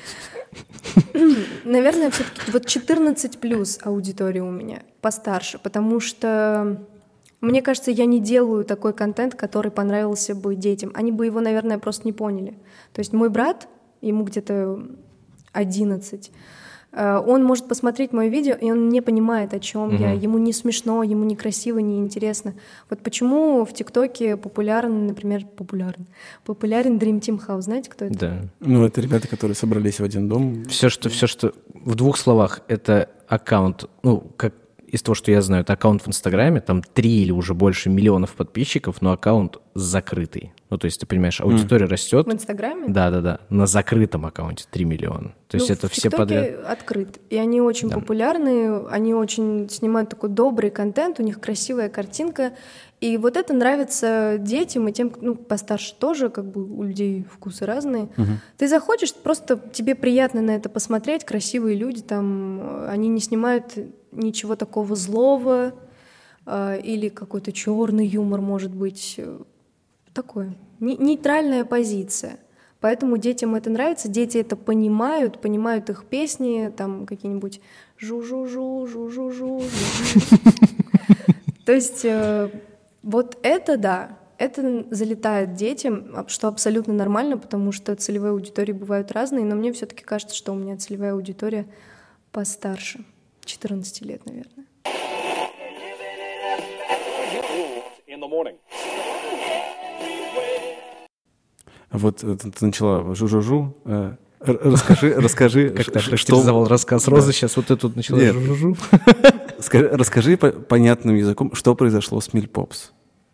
Наверное, все-таки вот 14+ аудитория у меня, постарше, потому что, мне кажется, я не делаю такой контент, который понравился бы детям. Они бы его, наверное, просто не поняли. То есть мой брат, ему где-то 11, он может посмотреть мое видео, и он не понимает, о чем я. Ему не смешно, ему не красиво, не интересно. Вот почему в ТикТоке популярен Dream Team House. Знаете, кто это? Да. Ну, это ребята, которые собрались в один дом. Все, что в двух словах, это аккаунт, ну, как из того, что я знаю, это аккаунт в Инстаграме, там 3 или уже больше миллионов подписчиков, но аккаунт закрытый. Ну, то есть, ты понимаешь, аудитория растет. В Инстаграме? Да. На закрытом аккаунте 3 миллиона. То есть это все подряд. В ТикТоке открыт. И они очень популярны, они очень снимают такой добрый контент, у них красивая картинка. И вот это нравится детям и тем, ну, постарше тоже, как бы у людей вкусы разные. Ты заходишь, просто тебе приятно на это посмотреть, красивые люди там, они не снимают ничего такого злого, или какой-то черный юмор, может быть, такое. Нейтральная позиция. Поэтому детям это нравится, дети это понимают их песни, там какие-нибудь жу-жу-жу, жу-жу-жу. То есть вот это да, это залетает детям, что абсолютно нормально, потому что целевые аудитории бывают разные, но мне все-таки кажется, что у меня целевая аудитория постарше, 14 лет, наверное. Вот ты начала жу-жу-жу. Расскажи, как ты охарактеризовал рассказ Розы, сейчас вот ты тут начала жу-жу-жу. Расскажи понятным языком, что произошло с Мильпопс.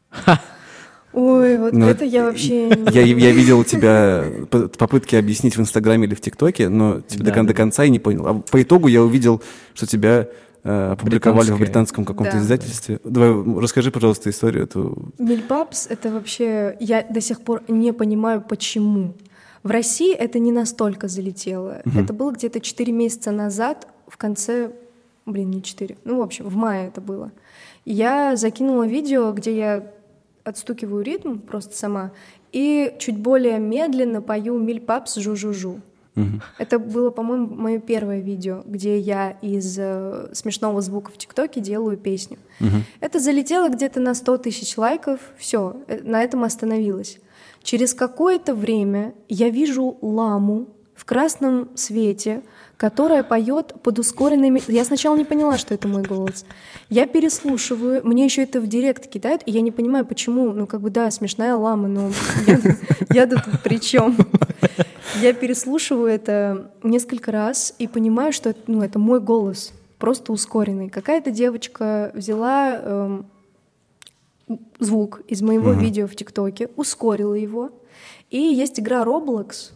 Ой, вот это я вообще... Я видел у тебя попытки объяснить в Инстаграме или в ТикТоке, но до конца я не понял. А по итогу я увидел, что тебя опубликовали в британском каком-то издательстве. Давай, расскажи, пожалуйста, историю эту. Мильпапс — это вообще... Я до сих пор не понимаю, почему. В России это не настолько залетело. Это было где-то 4 месяца назад, в конце... не 4. Ну, в общем, в мае это было. Я закинула видео, где я отстукиваю ритм просто сама и чуть более медленно пою «Мильпапс жу-жу-жу». Это было, по-моему, мое первое видео, где я из смешного звука в ТикТоке делаю песню. Это залетело где-то на 100 тысяч лайков, все, на этом остановилось. Через какое-то время я вижу ламу в красном свете, которая поет под ускоренными... Я сначала не поняла, что это мой голос. Я переслушиваю, мне еще это в директ кидают, и я не понимаю, почему. Ну, как бы, да, смешная лама, но я тут при чем? Я переслушиваю это несколько раз и понимаю, что это мой голос, просто ускоренный. Какая-то девочка взяла звук из моего видео в ТикТоке, ускорила его, и есть игра Roblox.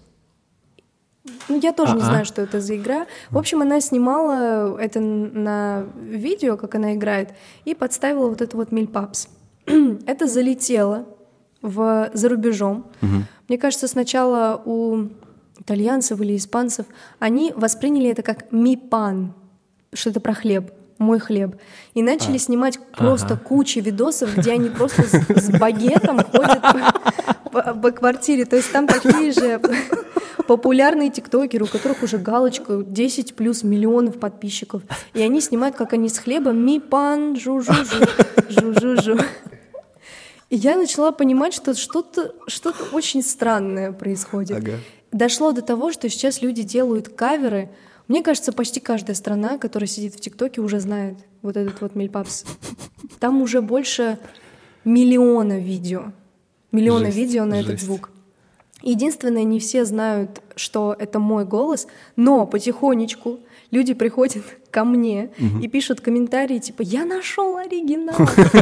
Я тоже не знаю, что это за игра. В общем, она снимала это на видео, как она играет, и подставила вот это вот Мильпапс. Это залетело за рубежом. Мне кажется, сначала у итальянцев или испанцев они восприняли это как «ми-пан», что-то про хлеб, «мой хлеб», и начали снимать просто кучу видосов, где они просто с багетом ходят по квартире. То есть там такие же популярные тиктокеры, у которых уже галочка 10 плюс миллионов подписчиков. И они снимают, как они с хлебом ми-пан, жу-жу-жу, жу-жу-жу. И я начала понимать, что что-то очень странное происходит. Ага. Дошло до того, что сейчас люди делают каверы. Мне кажется, почти каждая страна, которая сидит в ТикТоке, уже знает вот этот вот Мильпапс. Там уже больше миллиона видео. Миллиона видео на этот звук. Единственное, не все знают, что это мой голос, но потихонечку люди приходят ко мне и пишут комментарии, типа, я нашел оригинал.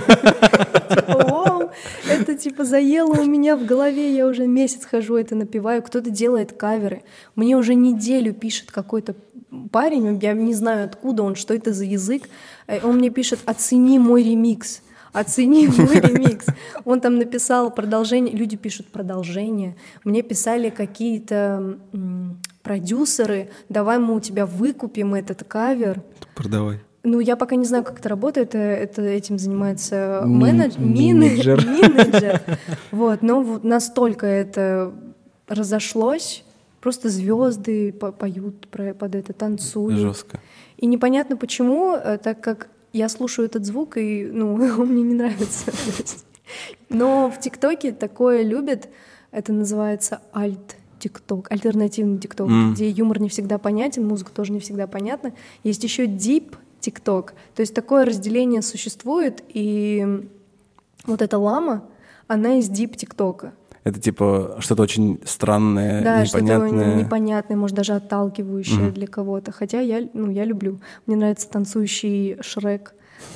Вау, это типа заело у меня в голове, я уже месяц хожу, это напеваю. Кто-то делает каверы. Мне уже неделю пишет какой-то парень, я не знаю, откуда он, что это за язык. Он мне пишет, оцени мой ремикс. Оцени мой ремикс. Он там написал продолжение, люди пишут продолжение. Мне писали какие-то продюсеры, давай мы у тебя выкупим этот кавер. Продавай. Ну, я пока не знаю, как это работает, этим занимается менеджер. Вот, но вот настолько это разошлось, просто звезды поют под это, танцуют. Жестко. И непонятно почему, так как я слушаю этот звук, и он мне не нравится. Но в ТикТоке такое любят, это называется альт-тикток, альтернативный тикток, где юмор не всегда понятен, музыка тоже не всегда понятна. Есть еще дип тикток, то есть такое разделение существует, и вот эта лама, она из дип тиктока. Это типа что-то очень странное, да, непонятное. что-то непонятное, может, даже отталкивающее для кого-то. Хотя я люблю. Мне нравится танцующий Шрек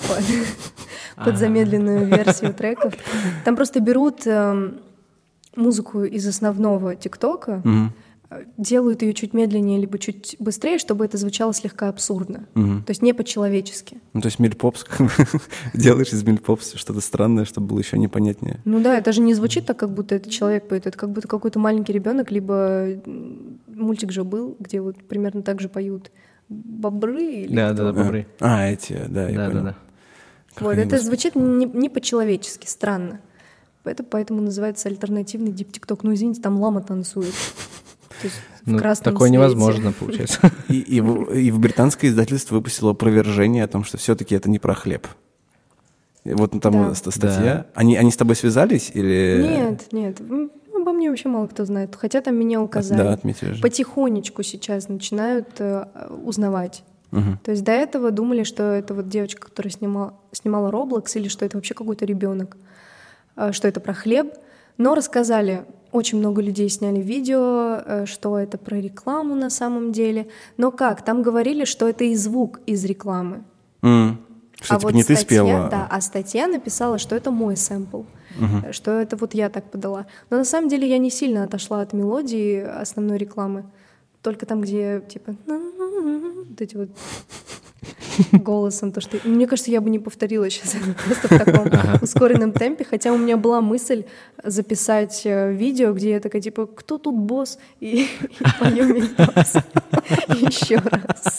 под замедленную версию треков. Там просто берут музыку из основного ТикТока, делают ее чуть медленнее либо чуть быстрее, чтобы это звучало слегка абсурдно. То есть не по-человечески. Ну, то есть Мильпопс, делаешь из Мильпопс что-то странное, чтобы было еще непонятнее. Ну да, это же не звучит так, как будто это человек поет, это как будто какой-то маленький ребенок, либо мультик же был, где вот примерно так же поют бобры или Да, бобры. Эти, да, я понял. Да. Вот, это звучит не по-человечески, странно. Поэтому называется альтернативный дип-тикток. Ну, извините, там лама танцует. Такое свете. невозможно, получается. И в британское издательство выпустило опровержение о том, что все-таки это не про хлеб. И вот там статья. Да. Они с тобой связались или... Нет. Обо мне вообще мало кто знает. Хотя там меня указали. Да, отметили же. Потихонечку сейчас начинают узнавать. То есть до этого думали, что это вот девочка, которая снимала Roblox, или что это вообще какой-то ребенок, что это про хлеб. Но рассказали, очень много людей сняли видео, что это про рекламу на самом деле. Но как? Там говорили, что это и звук из рекламы. Что типа не ты спела. Да, а статья написала, что это мой сэмпл, что это вот я так подала. Но на самом деле я не сильно отошла от мелодии основной рекламы. Только там, где типа вот эти вот голосом, то что... Мне кажется, я бы не повторила сейчас просто в таком ускоренном темпе, хотя у меня была мысль записать видео, где я такая, типа, кто тут босс? И пою Мильпапс еще раз.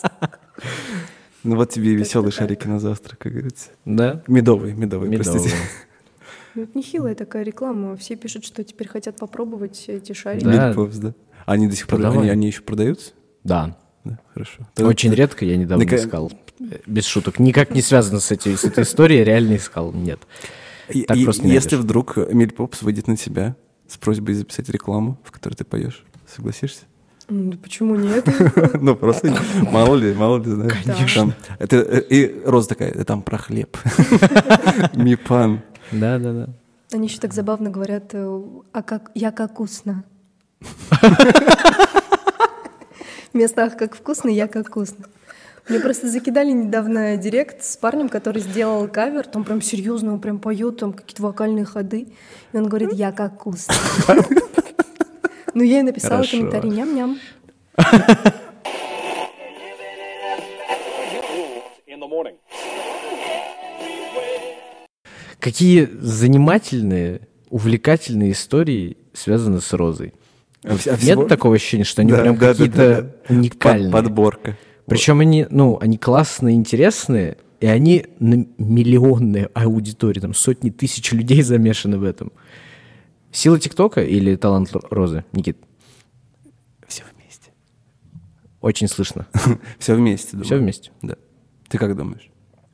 Ну вот тебе и веселые шарики на завтрак, как говорится. Да? Медовый, простите. Это нехилая такая реклама. Все пишут, что теперь хотят попробовать эти шарики. Да. Мильпопс, да. Они до сих пор, они еще продаются? Да. Хорошо. Очень редко, я недавно искал. Без шуток. Никак не связано с этой историей, реально искал. Нет. Так просто не если вдруг Мильпопс выйдет на тебя с просьбой записать рекламу, в которой ты поешь, согласишься? Да почему нет? Ну, просто мало ли, знаешь. Конечно. И Роза такая, там про хлеб. Мипан. Да. Они еще так забавно говорят, я как вкусно. Вместо «ах, как вкусно», «я как вкусно». Мне просто закидали недавно директ с парнем, который сделал кавер, там прям серьезно, он прям поет, там какие-то вокальные ходы, и он говорит «я как вкусно». Ну, я и написала комментарий «ням-ням». Какие занимательные, увлекательные истории связаны с Розой? Нет такого ощущения, что они прям какие-то уникальные? Подборка. Причем они классные, интересные, и они на миллионные аудитории, там сотни тысяч людей замешаны в этом. Сила ТикТока или талант Розы, Никит? Все вместе. Очень слышно. Все вместе, думаю. Все вместе? Да. Ты как думаешь?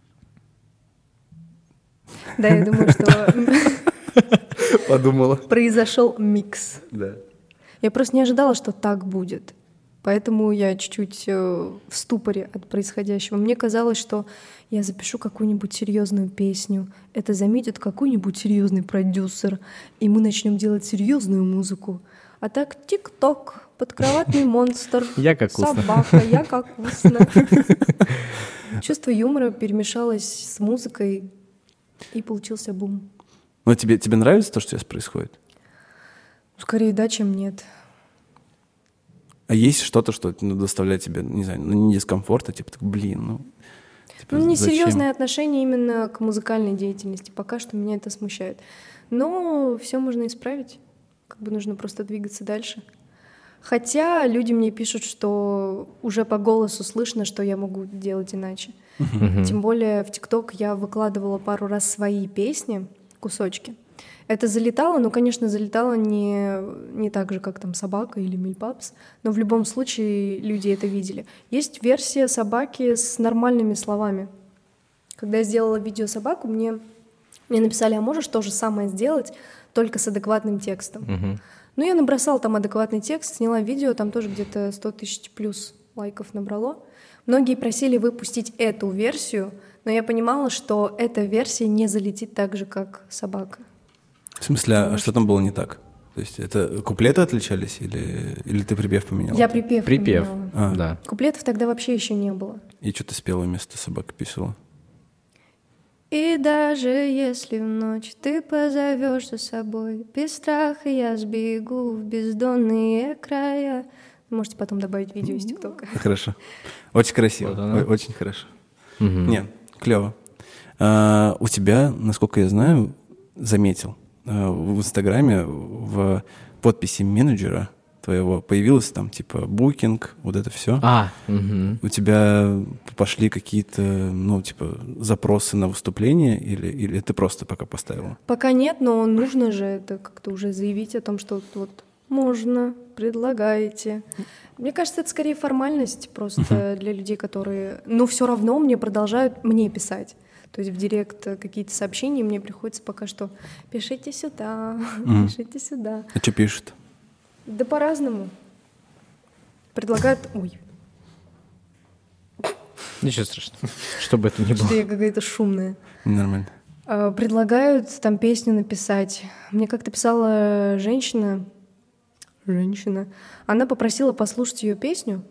Да, я думаю, что Подумала. произошел микс. Да. Я просто не ожидала, что так будет. Поэтому я чуть-чуть в ступоре от происходящего. Мне казалось, что я запишу какую-нибудь серьезную песню, это заметит какой-нибудь серьезный продюсер, и мы начнем делать серьезную музыку. А так ТикТок, подкроватный монстр, Я как вкусно. собака, я как вкусно. Чувство юмора перемешалось с музыкой, и получился бум. Но тебе нравится то, что сейчас происходит? Скорее да, чем нет. А есть что-то, что доставляет тебе, не знаю, не дискомфорт, а типа, типа, Ну, зачем? несерьезное отношение именно к музыкальной деятельности. Пока что меня это смущает. Но все можно исправить. Как бы нужно просто двигаться дальше. Хотя люди мне пишут, что уже по голосу слышно, что я могу делать иначе. Тем более в ТикТок я выкладывала пару раз свои песни, кусочки. Это залетало, но, конечно, залетало не так же, как там «Собака» или «Мильпапс», но в любом случае люди это видели. Есть версия «Собаки» с нормальными словами. Когда я сделала видео «Собаку», мне написали: а можешь то же самое сделать, только с адекватным текстом? Ну, я набросала там адекватный текст, сняла видео, там тоже где-то 100 тысяч плюс лайков набрало. Многие просили выпустить эту версию, но я понимала, что эта версия не залетит так же, как «Собака». В смысле, а что там было не так? То есть это куплеты отличались или ты припев поменял? Я припев поменяла. Да. Куплетов тогда вообще еще не было. И что ты спела вместо «Собака писала»? И даже если в ночь ты позовешь за собой, без страха я сбегу в бездонные края. Можете потом добавить видео из ТикТока. Хорошо. Очень красиво. Вот оно. Очень хорошо. Не, клево. У тебя, насколько я знаю, заметил, в Инстаграме в подписи менеджера твоего появилось там типа букинг, вот это все. У тебя пошли какие-то, типа запросы на выступление или ты просто пока поставила? Пока нет, но нужно же это как-то уже заявить о том, что вот можно, предлагаете. Мне кажется, это скорее формальность просто для людей, которые, все равно мне продолжают мне писать. То есть в директ какие-то сообщения мне приходится пока что: пишите сюда, пишите сюда. А что пишут? Да по-разному. Предлагают... Ой, Ничего страшного, чтобы это не было. что я какая-то шумная. Нормально. Предлагают там песню написать. Мне как-то писала женщина, она попросила послушать ее песню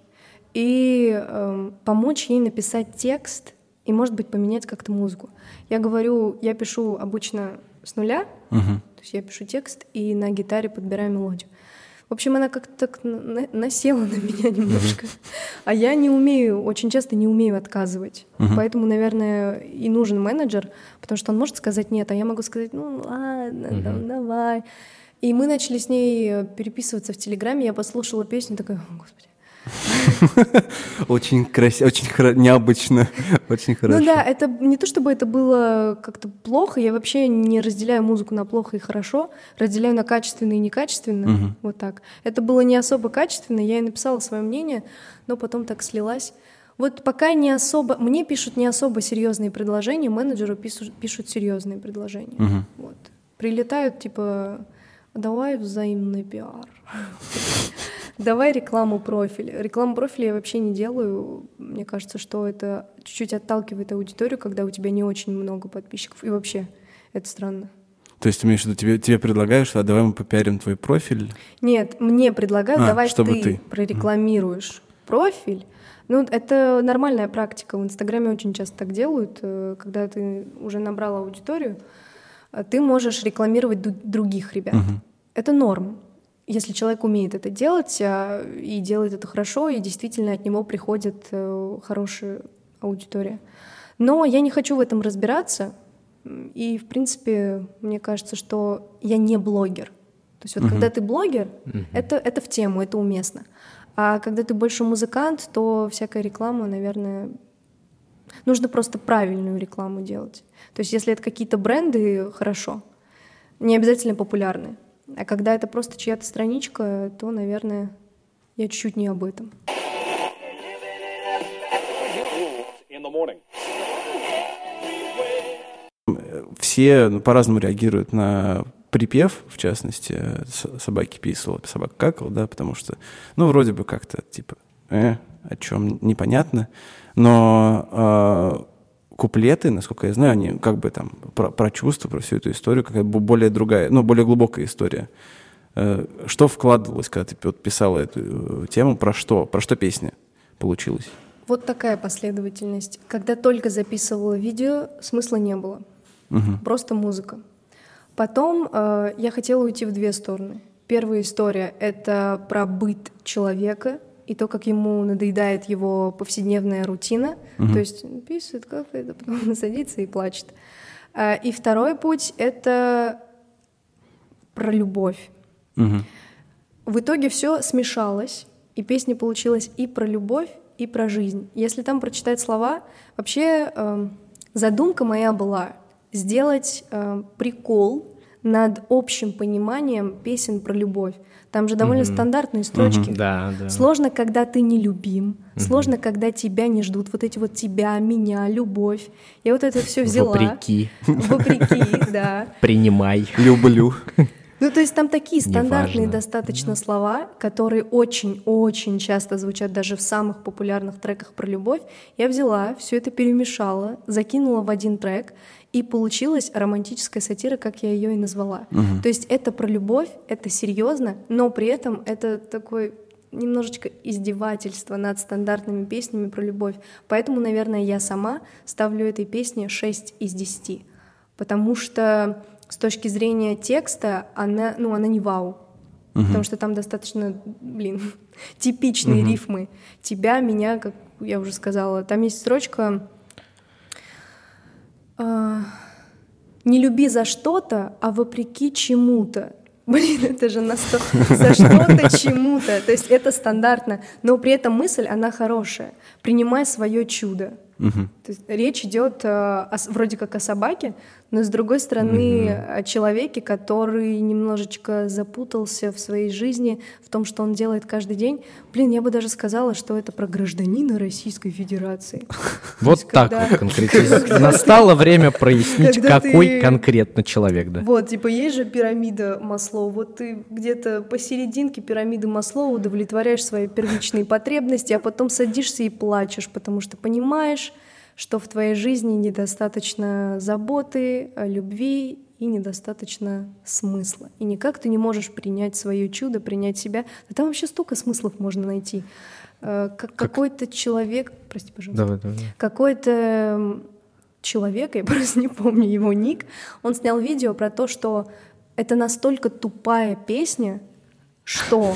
и помочь ей написать текст и, может быть, поменять как-то музыку. Я говорю, я пишу обычно с нуля, то есть я пишу текст и на гитаре подбираю мелодию. В общем, она как-то так насела на меня немножко. А я очень часто не умею отказывать. Поэтому, наверное, и нужен менеджер, потому что он может сказать нет, а я могу сказать: ладно, давай. И мы начали с ней переписываться в Телеграме, я послушала песню, такая: о, Господи. Очень красиво, очень необычно, очень хорошо. Ну да, это не то чтобы это было как-то плохо, я вообще не разделяю музыку на плохо и хорошо, разделяю на качественно и некачественно, вот так. Это было не особо качественно, я и написала свое мнение, но потом так слилась. Вот пока не особо, мне пишут не особо серьезные предложения, менеджеру пишут серьезные предложения. Вот. Прилетают типа: давай взаимный пиар. Давай рекламу профиля. Рекламу профиля я вообще не делаю. Мне кажется, что это чуть-чуть отталкивает аудиторию, когда у тебя не очень много подписчиков. И вообще, это странно. То есть ты имеешь в виду, тебе предлагают, что давай мы попиарим твой профиль? Нет, мне предлагают, давай чтобы ты прорекламируешь профиль. Это нормальная практика. В Инстаграме очень часто так делают. Когда ты уже набрал аудиторию, ты можешь рекламировать других ребят. Это норм. Если человек умеет это делать и делает это хорошо, и действительно от него приходит хорошая аудитория. Но я не хочу в этом разбираться, и, в принципе, мне кажется, что я не блогер. То есть вот когда ты блогер, это в тему, это уместно. А когда ты больше музыкант, то всякая реклама, наверное, нужно просто правильную рекламу делать. То есть если это какие-то бренды, хорошо. Не обязательно популярные. А когда это просто чья-то страничка, то, наверное, я чуть-чуть не об этом. Все по-разному реагируют на припев, в частности, собаки писала, собака какала, да, потому что, вроде бы как-то, типа, о чем непонятно, но куплеты, насколько я знаю, они как бы там про чувства, про всю эту историю, какая-то более другая, более глубокая история. Что вкладывалось, когда ты писала эту тему, про что песня получилась? Вот такая последовательность. Когда только записывала видео, смысла не было. Просто музыка. Потом я хотела уйти в две стороны. Первая история — это про быт человека и то, как ему надоедает его повседневная рутина. То есть писает, как это, потом садится и плачет. И второй путь — это про любовь. В итоге все смешалось, и песня получилась и про любовь, и про жизнь. Если там прочитать слова, вообще задумка моя была сделать прикол над общим пониманием песен про любовь. Там же довольно стандартные строчки. Да. Сложно, когда ты не любим, сложно, когда тебя не ждут. Вот эти вот тебя, меня, любовь. Я вот это все взяла. Вопреки, да. Принимай. Люблю. То есть там такие стандартные Неважно. достаточно слова, которые очень-очень часто звучат даже в самых популярных треках про любовь. Я взяла, все это перемешала, закинула в один трек, и получилась романтическая сатира, как я ее и назвала. То есть это про любовь, это серьезно, но при этом это такой немножечко издевательство над стандартными песнями про любовь. Поэтому, наверное, я сама ставлю этой песне 6 из 10. Потому что с точки зрения текста она не вау. Потому что там достаточно, типичные рифмы. Тебя, меня, как я уже сказала. Там есть строчка «Не люби за что-то, а вопреки чему-то». Это же за что-то чему-то. То есть это стандартно, но при этом мысль, она хорошая. Принимай свое чудо. То есть речь идет вроде как о собаке, но с другой стороны о человеке, который немножечко запутался в своей жизни, в том, что он делает каждый день. Я бы даже сказала, что это про гражданина Российской Федерации. Вот так вот конкретизировать. Настало время прояснить, какой конкретно человек, да. Вот, есть же пирамида Маслоу. Вот ты где-то посерединке пирамиды Маслоу удовлетворяешь свои первичные потребности, а потом садишься и плачешь, потому что понимаешь, что в твоей жизни недостаточно заботы, любви и недостаточно смысла. И никак ты не можешь принять свое чудо, принять себя. Да там вообще столько смыслов можно найти. Какой-то человек... Прости, пожалуйста. Давай. Какой-то человек, я просто не помню его ник, он снял видео про то, что это настолько тупая песня, что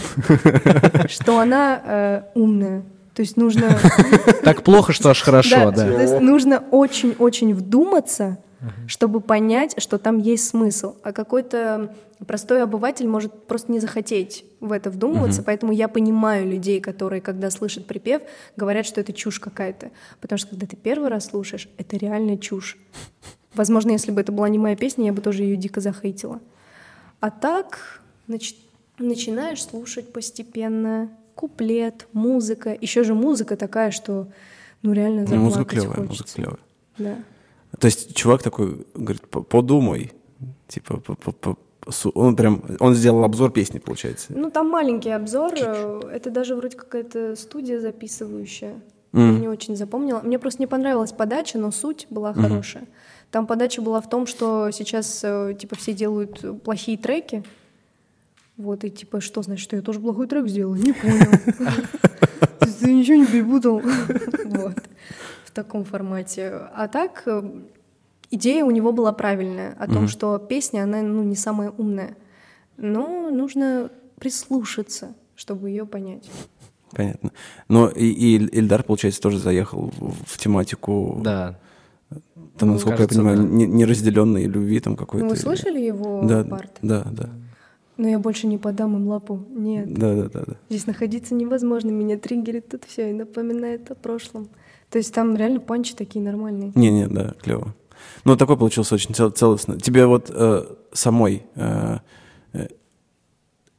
она умная. То есть нужно... Так плохо, что аж хорошо, да. То есть нужно очень-очень вдуматься, чтобы понять, что там есть смысл. А какой-то простой обыватель может просто не захотеть в это вдумываться, поэтому я понимаю людей, которые, когда слышат припев, говорят, что это чушь какая-то. Потому что когда ты первый раз слушаешь, это реально чушь. Возможно, если бы это была не моя песня, я бы тоже ее дико захейтила. А так начинаешь слушать постепенно... Куплет, музыка. Еще же музыка такая, что реально заплакать хочется. Музыка клевая. Да. То есть чувак такой говорит, подумай. Типа, он сделал обзор песни, получается. Там маленький обзор. Это даже вроде какая-то студия записывающая. Я не очень запомнила. Мне просто не понравилась подача, но суть была хорошая. Там подача была в том, что сейчас все делают плохие треки. Вот, и что значит, что я тоже плохой трек сделала? Не понял. Ты ничего не перепутал. Вот, в таком формате. А так, идея у него была правильная, о том, что песня, она, не самая умная. Но нужно прислушаться, чтобы ее понять. Понятно. Но и Ильдар, получается, тоже заехал в тематику... Да. Там, насколько я понимаю, неразделенной любви там какой-то. Вы слышали его парт? Да. Но я больше не подам им лапу. Нет. Да. Здесь находиться невозможно. Меня триггерит тут все и напоминает о прошлом. То есть там реально панчи такие нормальные. Да, клево. Такой получился очень целостный. Тебе вот самой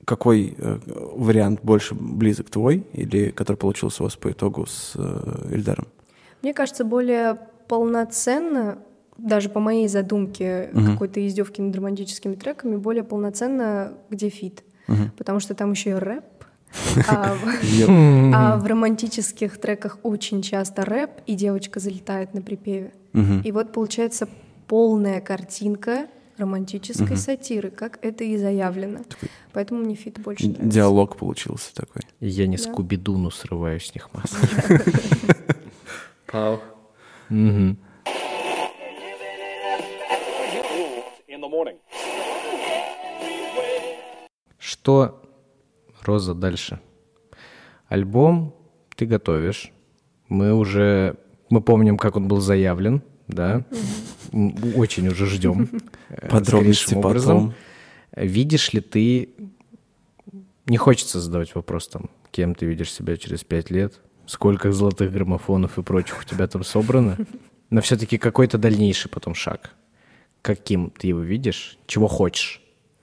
какой вариант больше близок твой или который получился у вас по итогу с Ильдаром? Мне кажется, более полноценно, даже по моей задумке какой-то издевки над романтическими треками, более полноценно, где фит. Потому что там еще и рэп. А в романтических треках очень часто рэп, и девочка залетает на припеве. И вот получается полная картинка романтической сатиры, как это и заявлено. Поэтому мне фит больше нравится. Диалог получился такой. Я не Скуби-Ду, но срываю с них маски. Пау. Что, Роза, дальше? Альбом ты готовишь. Мы помним, как он был заявлен, да? Очень уже ждем. Подробности потом. Видишь ли ты... Не хочется задавать вопрос, там, кем ты видишь себя через 5 лет, сколько золотых граммофонов и прочих у тебя там собрано, но все-таки какой-то дальнейший потом шаг. Каким ты его видишь? Чего хочешь?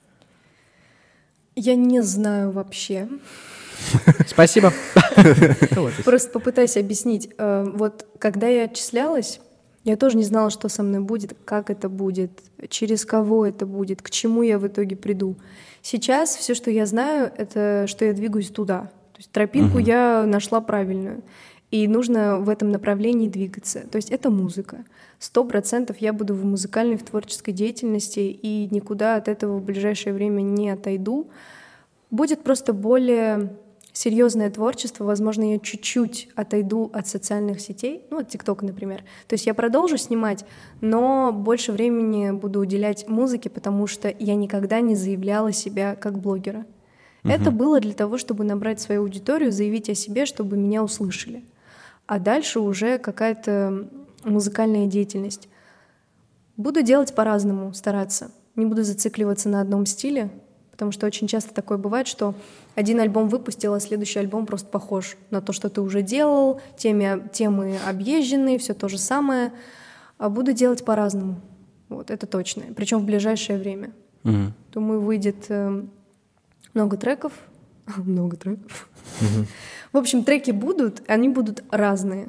Я не знаю вообще. Спасибо. Просто попытайся объяснить. Вот когда я отчислялась, я тоже не знала, что со мной будет, как это будет, через кого это будет, к чему я в итоге приду. Сейчас все, что я знаю, это что я двигаюсь туда. То есть тропинку я нашла правильную. И нужно в этом направлении двигаться. То есть это музыка. 100% я буду в музыкальной, в творческой деятельности и никуда от этого в ближайшее время не отойду. Будет просто более серьезное творчество. Возможно, я чуть-чуть отойду от социальных сетей, от ТикТока, например. То есть я продолжу снимать, но больше времени буду уделять музыке, потому что я никогда не заявляла себя как блогера. Это было для того, чтобы набрать свою аудиторию, заявить о себе, чтобы меня услышали. А дальше уже какая-то музыкальная деятельность. Буду делать по-разному, стараться. Не буду зацикливаться на одном стиле, потому что очень часто такое бывает, что один альбом выпустил, а следующий альбом просто похож на то, что ты уже делал, темы объезженные, все то же самое. А буду делать по-разному. Вот, это точно. Причем в ближайшее время. Думаю, выйдет много треков. Много треков. В общем, треки будут, они будут разные.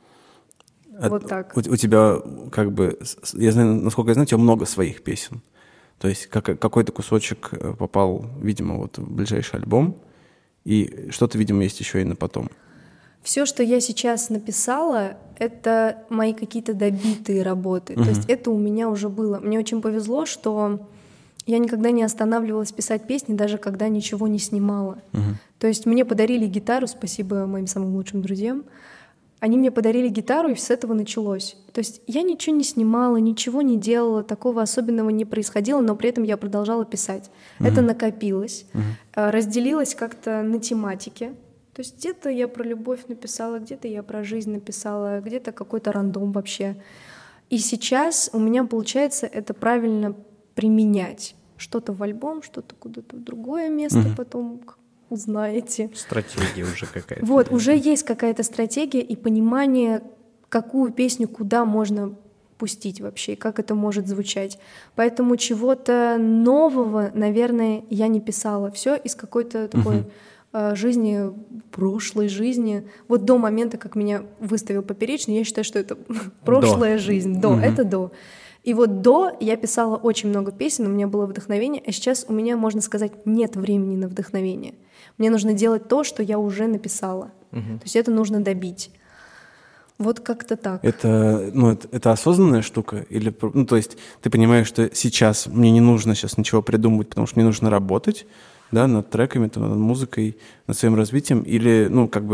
Вот так. У тебя, как бы, я знаю, насколько я знаю, у тебя много своих песен. То есть какой-то кусочек попал, видимо, вот в ближайший альбом, и что-то, видимо, есть еще и на потом. Все, что я сейчас написала, это мои какие-то добитые работы. То есть это у меня уже было. Мне очень повезло, что я никогда не останавливалась писать песни, даже когда ничего не снимала. То есть мне подарили гитару, спасибо моим самым лучшим друзьям. Они мне подарили гитару, и с этого началось. То есть я ничего не снимала, ничего не делала, такого особенного не происходило, но при этом я продолжала писать. Это накопилось, разделилось как-то на тематике. То есть где-то я про любовь написала, где-то я про жизнь написала, где-то какой-то рандом вообще. И сейчас у меня получается это правильно применять. Что-то в альбом, что-то куда-то в другое место потом узнаете. Стратегия уже какая-то. Вот, уже есть какая-то стратегия и понимание, какую песню куда можно пустить вообще, как это может звучать. Поэтому чего-то нового, наверное, я не писала. Все из какой-то такой жизни, прошлой жизни. Вот до момента, как меня выставил Поперечный, я считаю, что это прошлая жизнь. Это до. И вот до я писала очень много песен, у меня было вдохновение, а сейчас у меня, можно сказать, нет времени на вдохновение. Мне нужно делать то, что я уже написала. То есть это нужно добить. Вот как-то так. Это осознанная штука? Или, то есть ты понимаешь, что сейчас мне не нужно ничего придумывать, потому что мне нужно работать, да, над треками, над музыкой, над своим развитием? Или,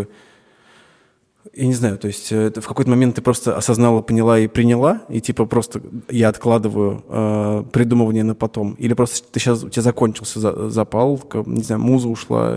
я не знаю, то есть в какой-то момент ты просто осознала, поняла и приняла, и типа просто я откладываю придумывание на потом? Или просто у тебя закончился запал, не знаю, муза ушла?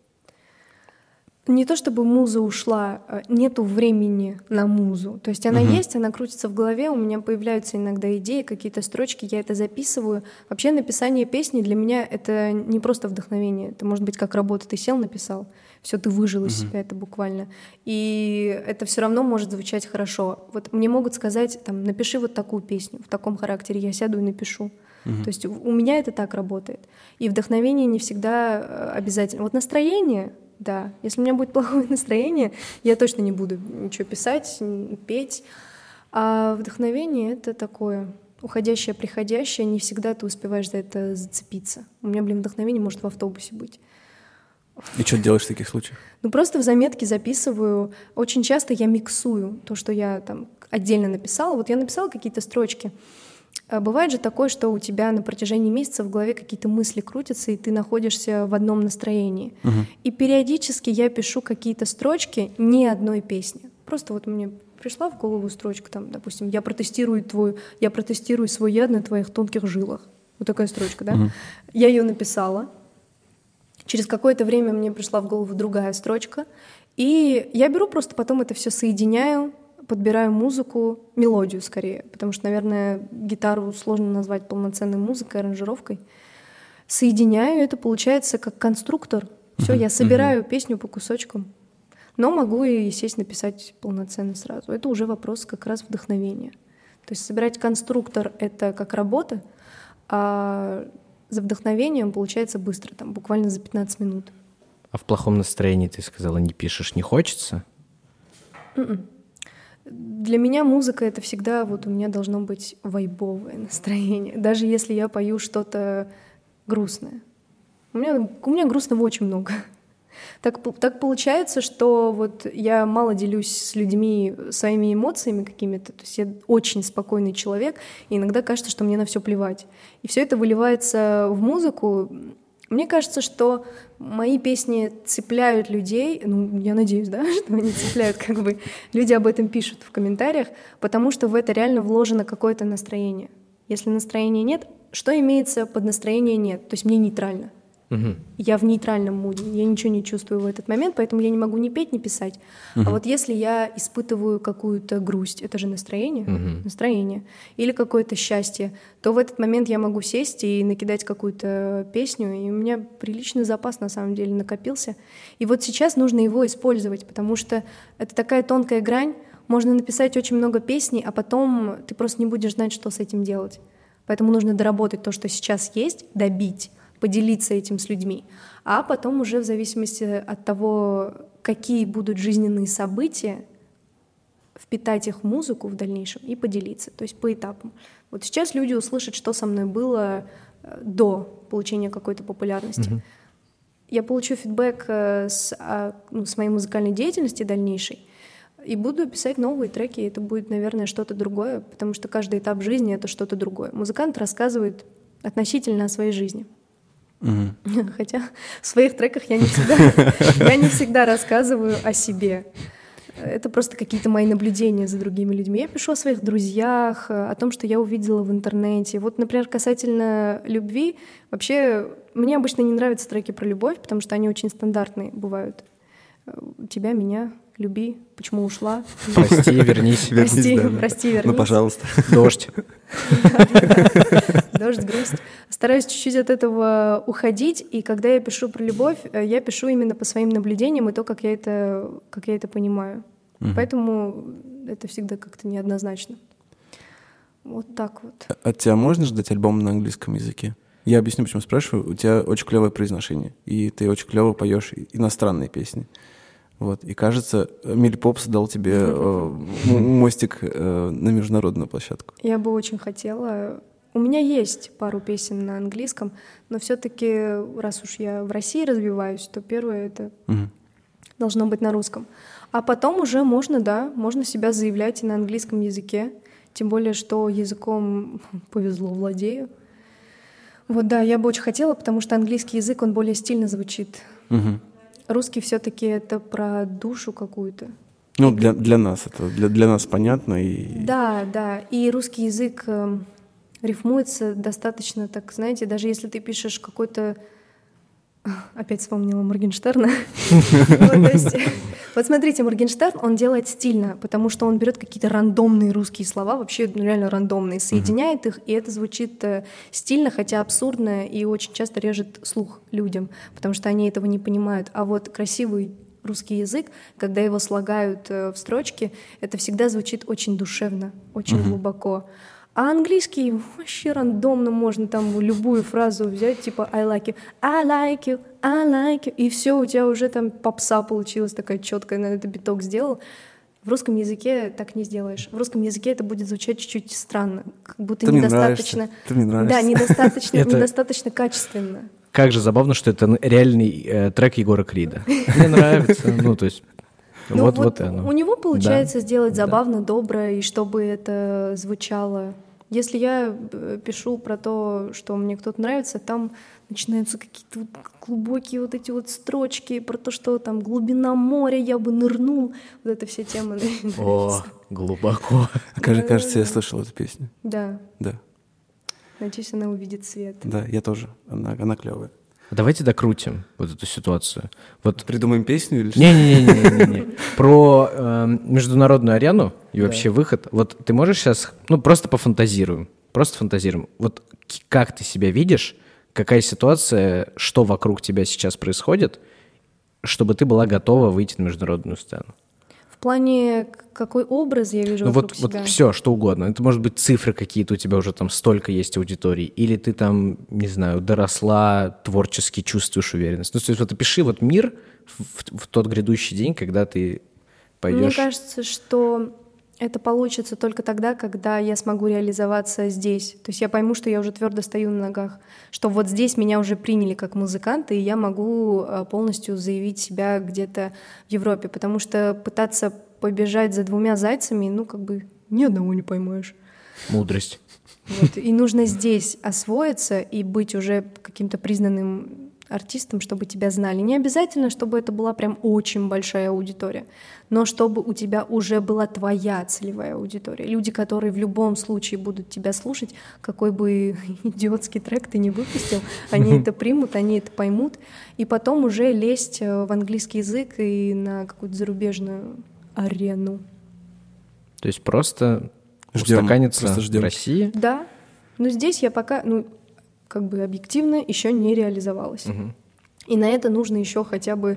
Не то чтобы муза ушла, нету времени на музу. То есть она есть, она крутится в голове, у меня появляются иногда идеи, какие-то строчки, я это записываю. Вообще написание песни для меня это не просто вдохновение, это может быть как работа, ты сел, написал, все, ты выжил из себя, это буквально. И это все равно может звучать хорошо. Вот мне могут сказать, напиши вот такую песню, в таком характере, я сяду и напишу. То есть у меня это так работает. И вдохновение не всегда обязательно. Вот настроение, да. Если у меня будет плохое настроение, я точно не буду ничего писать, петь. А вдохновение — это такое уходящее, приходящее. Не всегда ты успеваешь за это зацепиться. У меня, вдохновение может в автобусе быть. И что делаешь в таких случаях? Ну, просто в заметки записываю. Очень часто я миксую то, что я там отдельно написала. Вот я написала какие-то строчки. А бывает же такое, что у тебя на протяжении месяца в голове какие-то мысли крутятся, и ты находишься в одном настроении. И периодически я пишу какие-то строчки не одной песни. Просто вот мне пришла в голову строчка, там, допустим, я протестирую свой яд на твоих тонких жилах. Вот такая строчка, да? Я ее написала. Через какое-то время мне пришла в голову другая строчка, и я беру просто потом это все соединяю, подбираю музыку, мелодию скорее, потому что, наверное, гитару сложно назвать полноценной музыкой, аранжировкой. Соединяю, это получается как конструктор. Все, я собираю песню по кусочкам, но могу и сесть написать полноценно сразу. Это уже вопрос как раз вдохновения. То есть собирать конструктор — это как работа, а за вдохновением получается быстро, там, буквально за 15 минут. А в плохом настроении, ты сказала, не пишешь, не хочется? Для меня музыка — это всегда вот у меня должно быть вайбовое настроение, даже если я пою что-то грустное. У меня грустного очень много. Так получается, что вот я мало делюсь с людьми своими эмоциями какими-то, то есть я очень спокойный человек, и иногда кажется, что мне на все плевать. И все это выливается в музыку. Мне кажется, что мои песни цепляют людей, ну, я надеюсь, да, что они цепляют, как бы люди об этом пишут в комментариях, потому что в это реально вложено какое-то настроение. Если настроения нет, что имеется под настроение нет? То есть мне нейтрально. Я в нейтральном муде, я ничего не чувствую в этот момент, поэтому я не могу ни петь, ни писать. А вот если я испытываю какую-то грусть, это же настроение, настроение, или какое-то счастье, то в этот момент я могу сесть и накидать какую-то песню, и у меня приличный запас на самом деле накопился. И вот сейчас нужно его использовать, потому что это такая тонкая грань, можно написать очень много песней, а потом ты просто не будешь знать, что с этим делать. Поэтому нужно доработать то, что сейчас есть, добить, поделиться этим с людьми, а потом уже в зависимости от того, какие будут жизненные события, впитать их в музыку в дальнейшем и поделиться, то есть по этапам. Вот сейчас люди услышат, что со мной было до получения какой-то популярности. Я получу фидбэк с моей музыкальной деятельности дальнейшей и буду писать новые треки, и это будет, наверное, что-то другое, потому что каждый этап жизни — это что-то другое. Музыкант рассказывает относительно о своей жизни. Хотя в своих треках я не всегда рассказываю о себе. Это просто какие-то мои наблюдения за другими людьми. Я пишу о своих друзьях, о том, что я увидела в интернете. Вот, например, касательно любви, вообще мне обычно не нравятся треки про любовь, потому что они очень стандартные бывают. Тебя, меня, люби, почему ушла. Прости, вернись. Прости, вернись. Ну, пожалуйста. Дождь. Дождь, грусть. Стараюсь чуть-чуть от этого уходить, и когда я пишу про любовь, я пишу именно по своим наблюдениям и то, как я это понимаю. Поэтому это всегда как-то неоднозначно. Вот так вот. От тебя можно ждать альбом на английском языке? Я объясню, почему спрашиваю. У тебя очень клевое произношение, и ты очень клево поешь иностранные песни. Вот. И кажется, Миль Попс дал тебе мостик на международную площадку. Я бы очень хотела. У меня есть пару песен на английском, но все-таки, раз уж я в России развиваюсь, то первое это должно быть на русском. А потом уже можно себя заявлять и на английском языке. Тем более, что языком повезло, владею. Вот да, я бы очень хотела, потому что английский язык, он более стильно звучит. Русский все-таки это про душу какую-то. Ну, для нас это, для нас понятно. И... Да, и русский язык рифмуется достаточно, так, знаете, даже если ты пишешь какой-то... Опять вспомнила Моргенштерна. Вот смотрите, Моргенштерн, он делает стильно, потому что он берет какие-то рандомные русские слова, вообще реально рандомные, соединяет их, и это звучит стильно, хотя абсурдно, и очень часто режет слух людям, потому что они этого не понимают. А вот красивый русский язык, когда его слагают в строчки, это всегда звучит очень душевно, очень глубоко. А английский вообще рандомно можно там любую фразу взять, типа I like you, I like you, I like you, и все, у тебя уже там попса получилась такая четкая, на это биток сделал. В русском языке так не сделаешь. В русском языке это будет звучать чуть-чуть странно, как будто Ты недостаточно. Ты мне нравишься. Да, недостаточно качественно. Как же забавно, что это реальный трек Егора Крида. Мне нравится, ну, то есть... Ну, вот оно. У него получается сделать забавно, добро, и чтобы это звучало. Если я пишу про то, что мне кто-то нравится, там начинаются какие-то вот глубокие вот эти вот строчки про то, что там глубина моря, я бы нырнул. Вот эта вся тема. О, глубоко. Кажется, я слышал эту песню. Да. Да. Надеюсь, она увидит свет. Да, я тоже. Она клевая. Давайте докрутим вот эту ситуацию. Вот Придумаем песню или что? Не-не-не. Про международную арену и вообще выход. Вот ты можешь сейчас, ну, просто пофантазируем. Просто фантазируем. Вот как ты себя видишь, какая ситуация, что вокруг тебя сейчас происходит, чтобы ты была готова выйти на международную сцену? В плане, какой образ я вижу вокруг себя? Вот все, что угодно. Это может быть цифры какие-то, у тебя уже там столько есть аудиторий, или ты там, не знаю, доросла, творчески чувствуешь уверенность. Ну, то есть вот опиши вот мир в тот грядущий день, когда ты пойдешь. Мне кажется, что это получится только тогда, когда я смогу реализоваться здесь. То есть я пойму, что я уже твердо стою на ногах, что вот здесь меня уже приняли как музыканта, и я могу полностью заявить себя где-то в Европе, потому что пытаться побежать за двумя зайцами, ну, как бы ни одного не поймаешь. Мудрость. Вот. И нужно здесь освоиться и быть уже каким-то признанным артистом, чтобы тебя знали. Не обязательно, чтобы это была прям очень большая аудитория, но чтобы у тебя уже была твоя целевая аудитория. Люди, которые в любом случае будут тебя слушать, какой бы идиотский трек ты не выпустил, они это примут, они это поймут, и потом уже лезть в английский язык и на какую-то зарубежную арену. То есть просто устаканиться в России? Да, но здесь я пока, как бы объективно еще не реализовалась. Угу. И на это нужно еще хотя бы,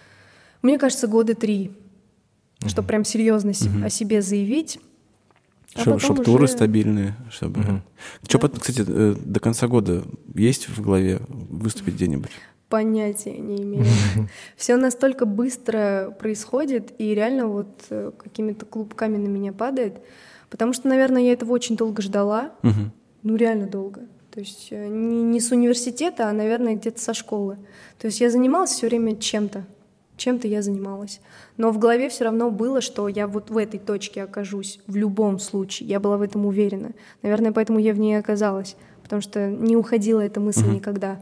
мне кажется, 3 года, чтобы прям серьезно о себе заявить. Чтобы туры стабильные. Чтобы... Кстати, до конца года есть в голове выступить где-нибудь? Понятия не имею. Все настолько быстро происходит, и реально вот какими-то клубками на меня падает, потому что, наверное, я этого очень долго ждала. Реально долго. То есть не с университета, а, наверное, где-то со школы. То есть я занималась все время чем-то я занималась. Но в голове все равно было, что я вот в этой точке окажусь в любом случае. Я была в этом уверена. Наверное, поэтому я в ней оказалась, потому что не уходила эта мысль никогда.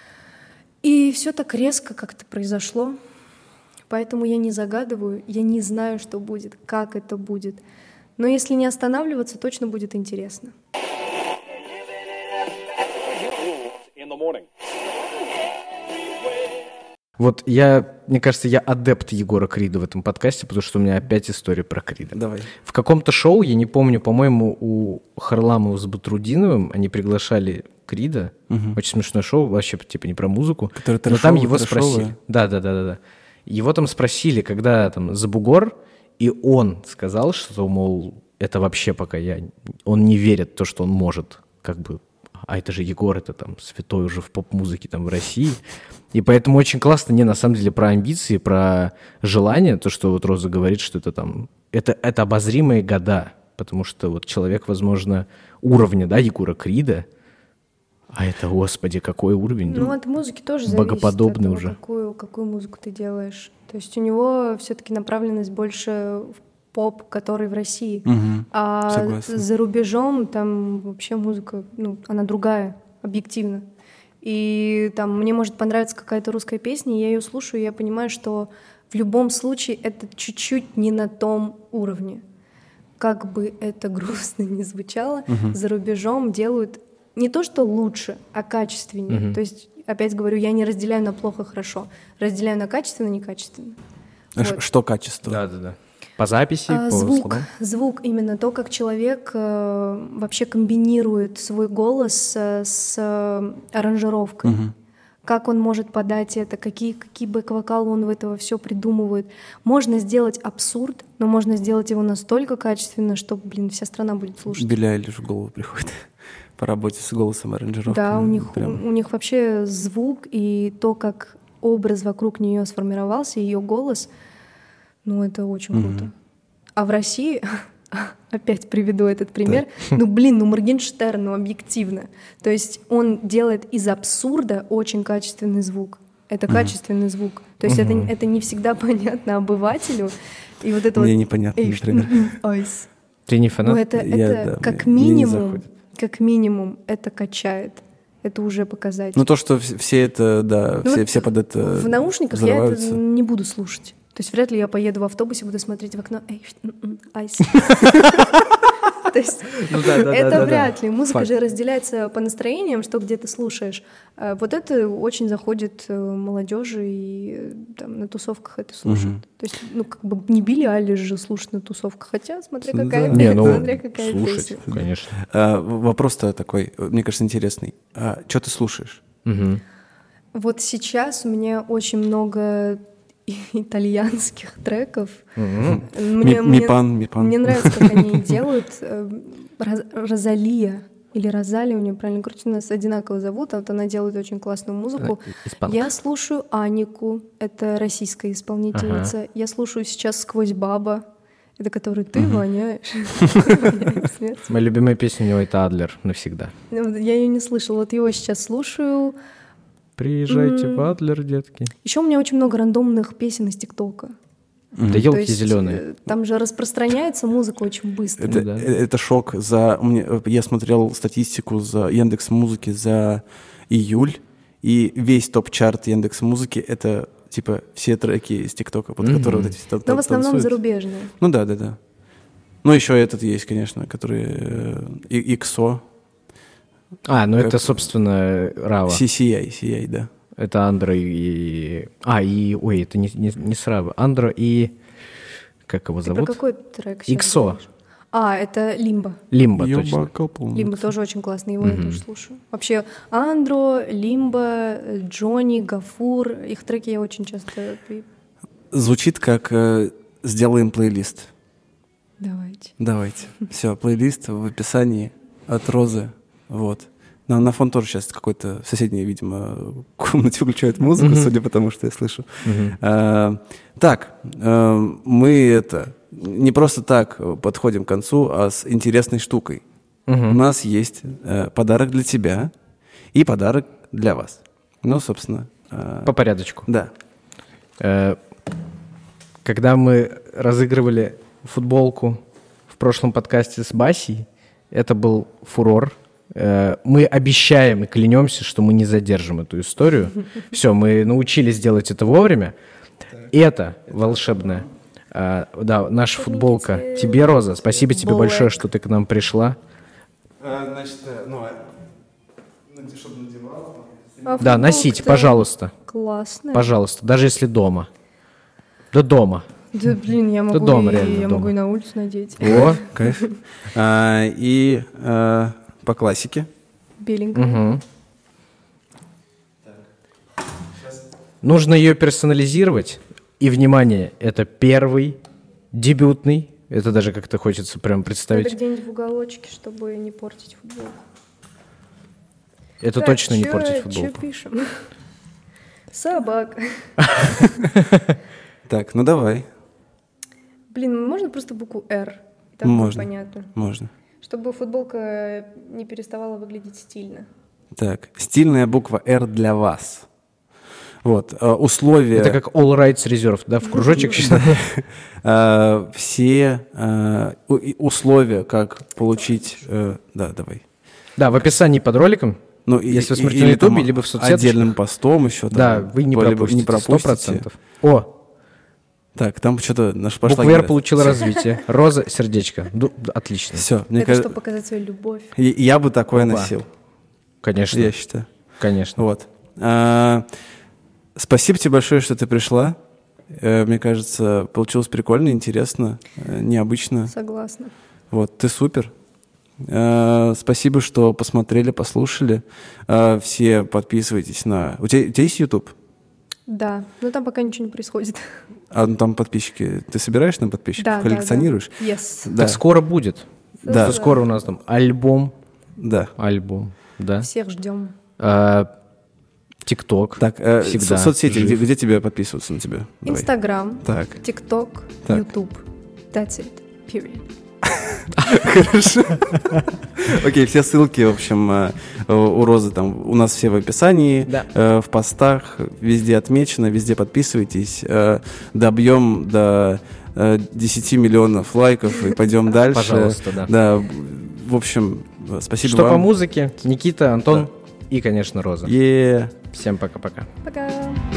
И все так резко как-то произошло. Поэтому я не загадываю, я не знаю, что будет, как это будет. Но если не останавливаться, точно будет интересно. Вот мне кажется, я адепт Егора Крида в этом подкасте, потому что у меня опять история про Крида. Давай. В каком-то шоу, я не помню, по-моему, у Харламова с Батрудиновым они приглашали Крида. Очень смешное шоу, вообще типа не про музыку. Которое но там его спросили. Да. Его там спросили, когда там за бугор, и он сказал, что, мол, это вообще пока он не верит в то, что он может, как бы, а это же Егор, это там святой уже в поп-музыке там в России. И поэтому очень классно, на самом деле, про амбиции, про желание, то, что вот Роза говорит, что это там, это обозримые года, потому что вот человек, возможно, уровня, Егора Крида, а это, господи, какой уровень. От музыки тоже зависит, богоподобный от того, уже. какую музыку ты делаешь. То есть у него все-таки направленность больше в поп, который в России. Согласен. За рубежом там вообще музыка, она другая, объективно. И там мне может понравиться какая-то русская песня, я ее слушаю, и я понимаю, что в любом случае это чуть-чуть не на том уровне. Как бы это грустно ни звучало, за рубежом делают не то, что лучше, а качественнее. То есть, опять говорю, я не разделяю на плохо-хорошо, разделяю на качественно-некачественно. Что качество? Да. По записи, по звук, словам? Звук, именно то, как человек вообще комбинирует свой голос с аранжировкой. как он может подать это, какие бэк-вокалы он в этого все придумывает. Можно сделать абсурд, но можно сделать его настолько качественно, что, вся страна будет слушать. Билли Айлиш в голову приходит по работе с голосом, аранжировкой. Да, у них вообще звук и то, как образ вокруг нее сформировался, ее голос, это очень круто. А в России... Опять приведу этот пример. Да. Моргенштерн, объективно. То есть он делает из абсурда очень качественный звук. Это качественный звук. То есть это не всегда понятно обывателю. И вот это мне непонятно, например. Ты не фанат? Это как минимум это качает. Это уже показатель. То, что все это, все под это в наушниках взрываются. Я это не буду слушать. То есть вряд ли я поеду в автобусе, буду смотреть в окно. Айс. То есть это вряд ли. Музыка же разделяется по настроениям, что где ты слушаешь. Вот это очень заходит молодежи, и на тусовках это слушают. То есть, не Билли Айлиш же слушать на тусовках, хотя смотря какая слушать, конечно. Вопрос-то такой, мне кажется, интересный. Что ты слушаешь? Вот сейчас у меня очень много итальянских треков. Мне нравится, как они делают. Розалия или Розалия, у нее правильно крутится, нас одинаково зовут, а вот она делает очень классную музыку. Я слушаю Анику, это российская исполнительница. Я слушаю сейчас «Сквозь баба», это который «Ты воняешь». Моя любимая песня у него — это «Адлер» навсегда. Я ее не слышала, вот его сейчас слушаю. Приезжайте в Адлер, детки. Еще у меня очень много рандомных песен из ТикТока. Да елки зеленые. Там же распространяется музыка очень быстро. Это шок. Я смотрел статистику за Яндекс.Музыки за июль, и весь топ-чарт Яндекс.Музыки — это типа все треки из ТикТока, под которые вот эти все танцуют. Но в основном зарубежные. Да. Еще этот есть, конечно, который XO. Это, собственно, Рава. CCI, да. Это Андро и... это не с Рава. Андро и... Как его зовут? Про какой трек сейчас XO. Это Лимба. Лимба, точно. Лимба тоже очень классный, его я тоже слушаю. Вообще, Андро, Лимба, Джонни, Гафур, их треки я очень часто... Звучит как «сделаем плейлист». Давайте. Все, плейлист в описании от Розы. Вот. На фон тоже сейчас какой-то в соседней, видимо, комнате включают музыку, судя по тому, что я слышу. Мы не просто так подходим к концу, а с интересной штукой. У нас есть подарок для тебя и подарок для вас. Собственно... По порядочку. Да. Когда мы разыгрывали футболку в прошлом подкасте с Басей, это был фурор. Мы обещаем и клянемся, что мы не задержим эту историю. Все, мы научились делать это вовремя. Это волшебная, наша футболка. Тебе, Роза, спасибо тебе большое, что ты к нам пришла. Чтобы надевала. Да, носите, пожалуйста. Классно. Пожалуйста, даже если дома. До дома. Да, я могу и на улицу надеть. О, кайф. И по классике. Беленькая. Нужно ее персонализировать. И, внимание, это первый дебютный. Это даже как-то хочется прям представить. Это где-нибудь в уголочке, чтобы не портить футболку. Это точно не портить футболку. Что пишем? Собака. Так, давай. Можно просто букву «Р»? Так можно, будет понятно. Можно. Чтобы футболка не переставала выглядеть стильно. Так, стильная буква «Р» для вас. Вот, условия... Это как All Rights Reserved, да, в кружочек? Все условия, как получить... Да, давай. Да, в описании под роликом, если вы смотрите на YouTube, либо в соцсетях. Отдельным постом еще. Да, вы не пропустите, 100%. О! Так, там что-то наша пошла. Буква «Р» получила развитие. Роза, сердечко. Отлично. Все. Это чтобы показать свою любовь. Я бы такое носил. Конечно. Я считаю. Конечно. Вот. Спасибо тебе большое, что ты пришла. Мне кажется, получилось прикольно, интересно, необычно. Согласна. Вот, ты супер. Спасибо, что посмотрели, послушали. Все подписывайтесь на... У тебя есть YouTube? Да, но там пока ничего не происходит. А там подписчики... Ты собираешь на подписчиков? Да, коллекционируешь? Да. Yes. Да. Так скоро будет. Да. Скоро у нас там альбом. Да. Альбом, да. Всех ждем. ТикТок. Так, всегда соцсети, жив. где тебе подписываться на тебя? Давай. Инстаграм, Так. ТикТок, Так. Ютуб. That's it. Period. Хорошо. Окей, все ссылки, в общем, у Розы там у нас все в описании, Да. в постах, везде отмечено, везде подписывайтесь. Добьем до 10 миллионов лайков и пойдем дальше. Пожалуйста, да. Да, в общем, спасибо Что вам. по музыке? Никита, Антон и, конечно, Роза. Yeah. Всем пока-пока. Пока.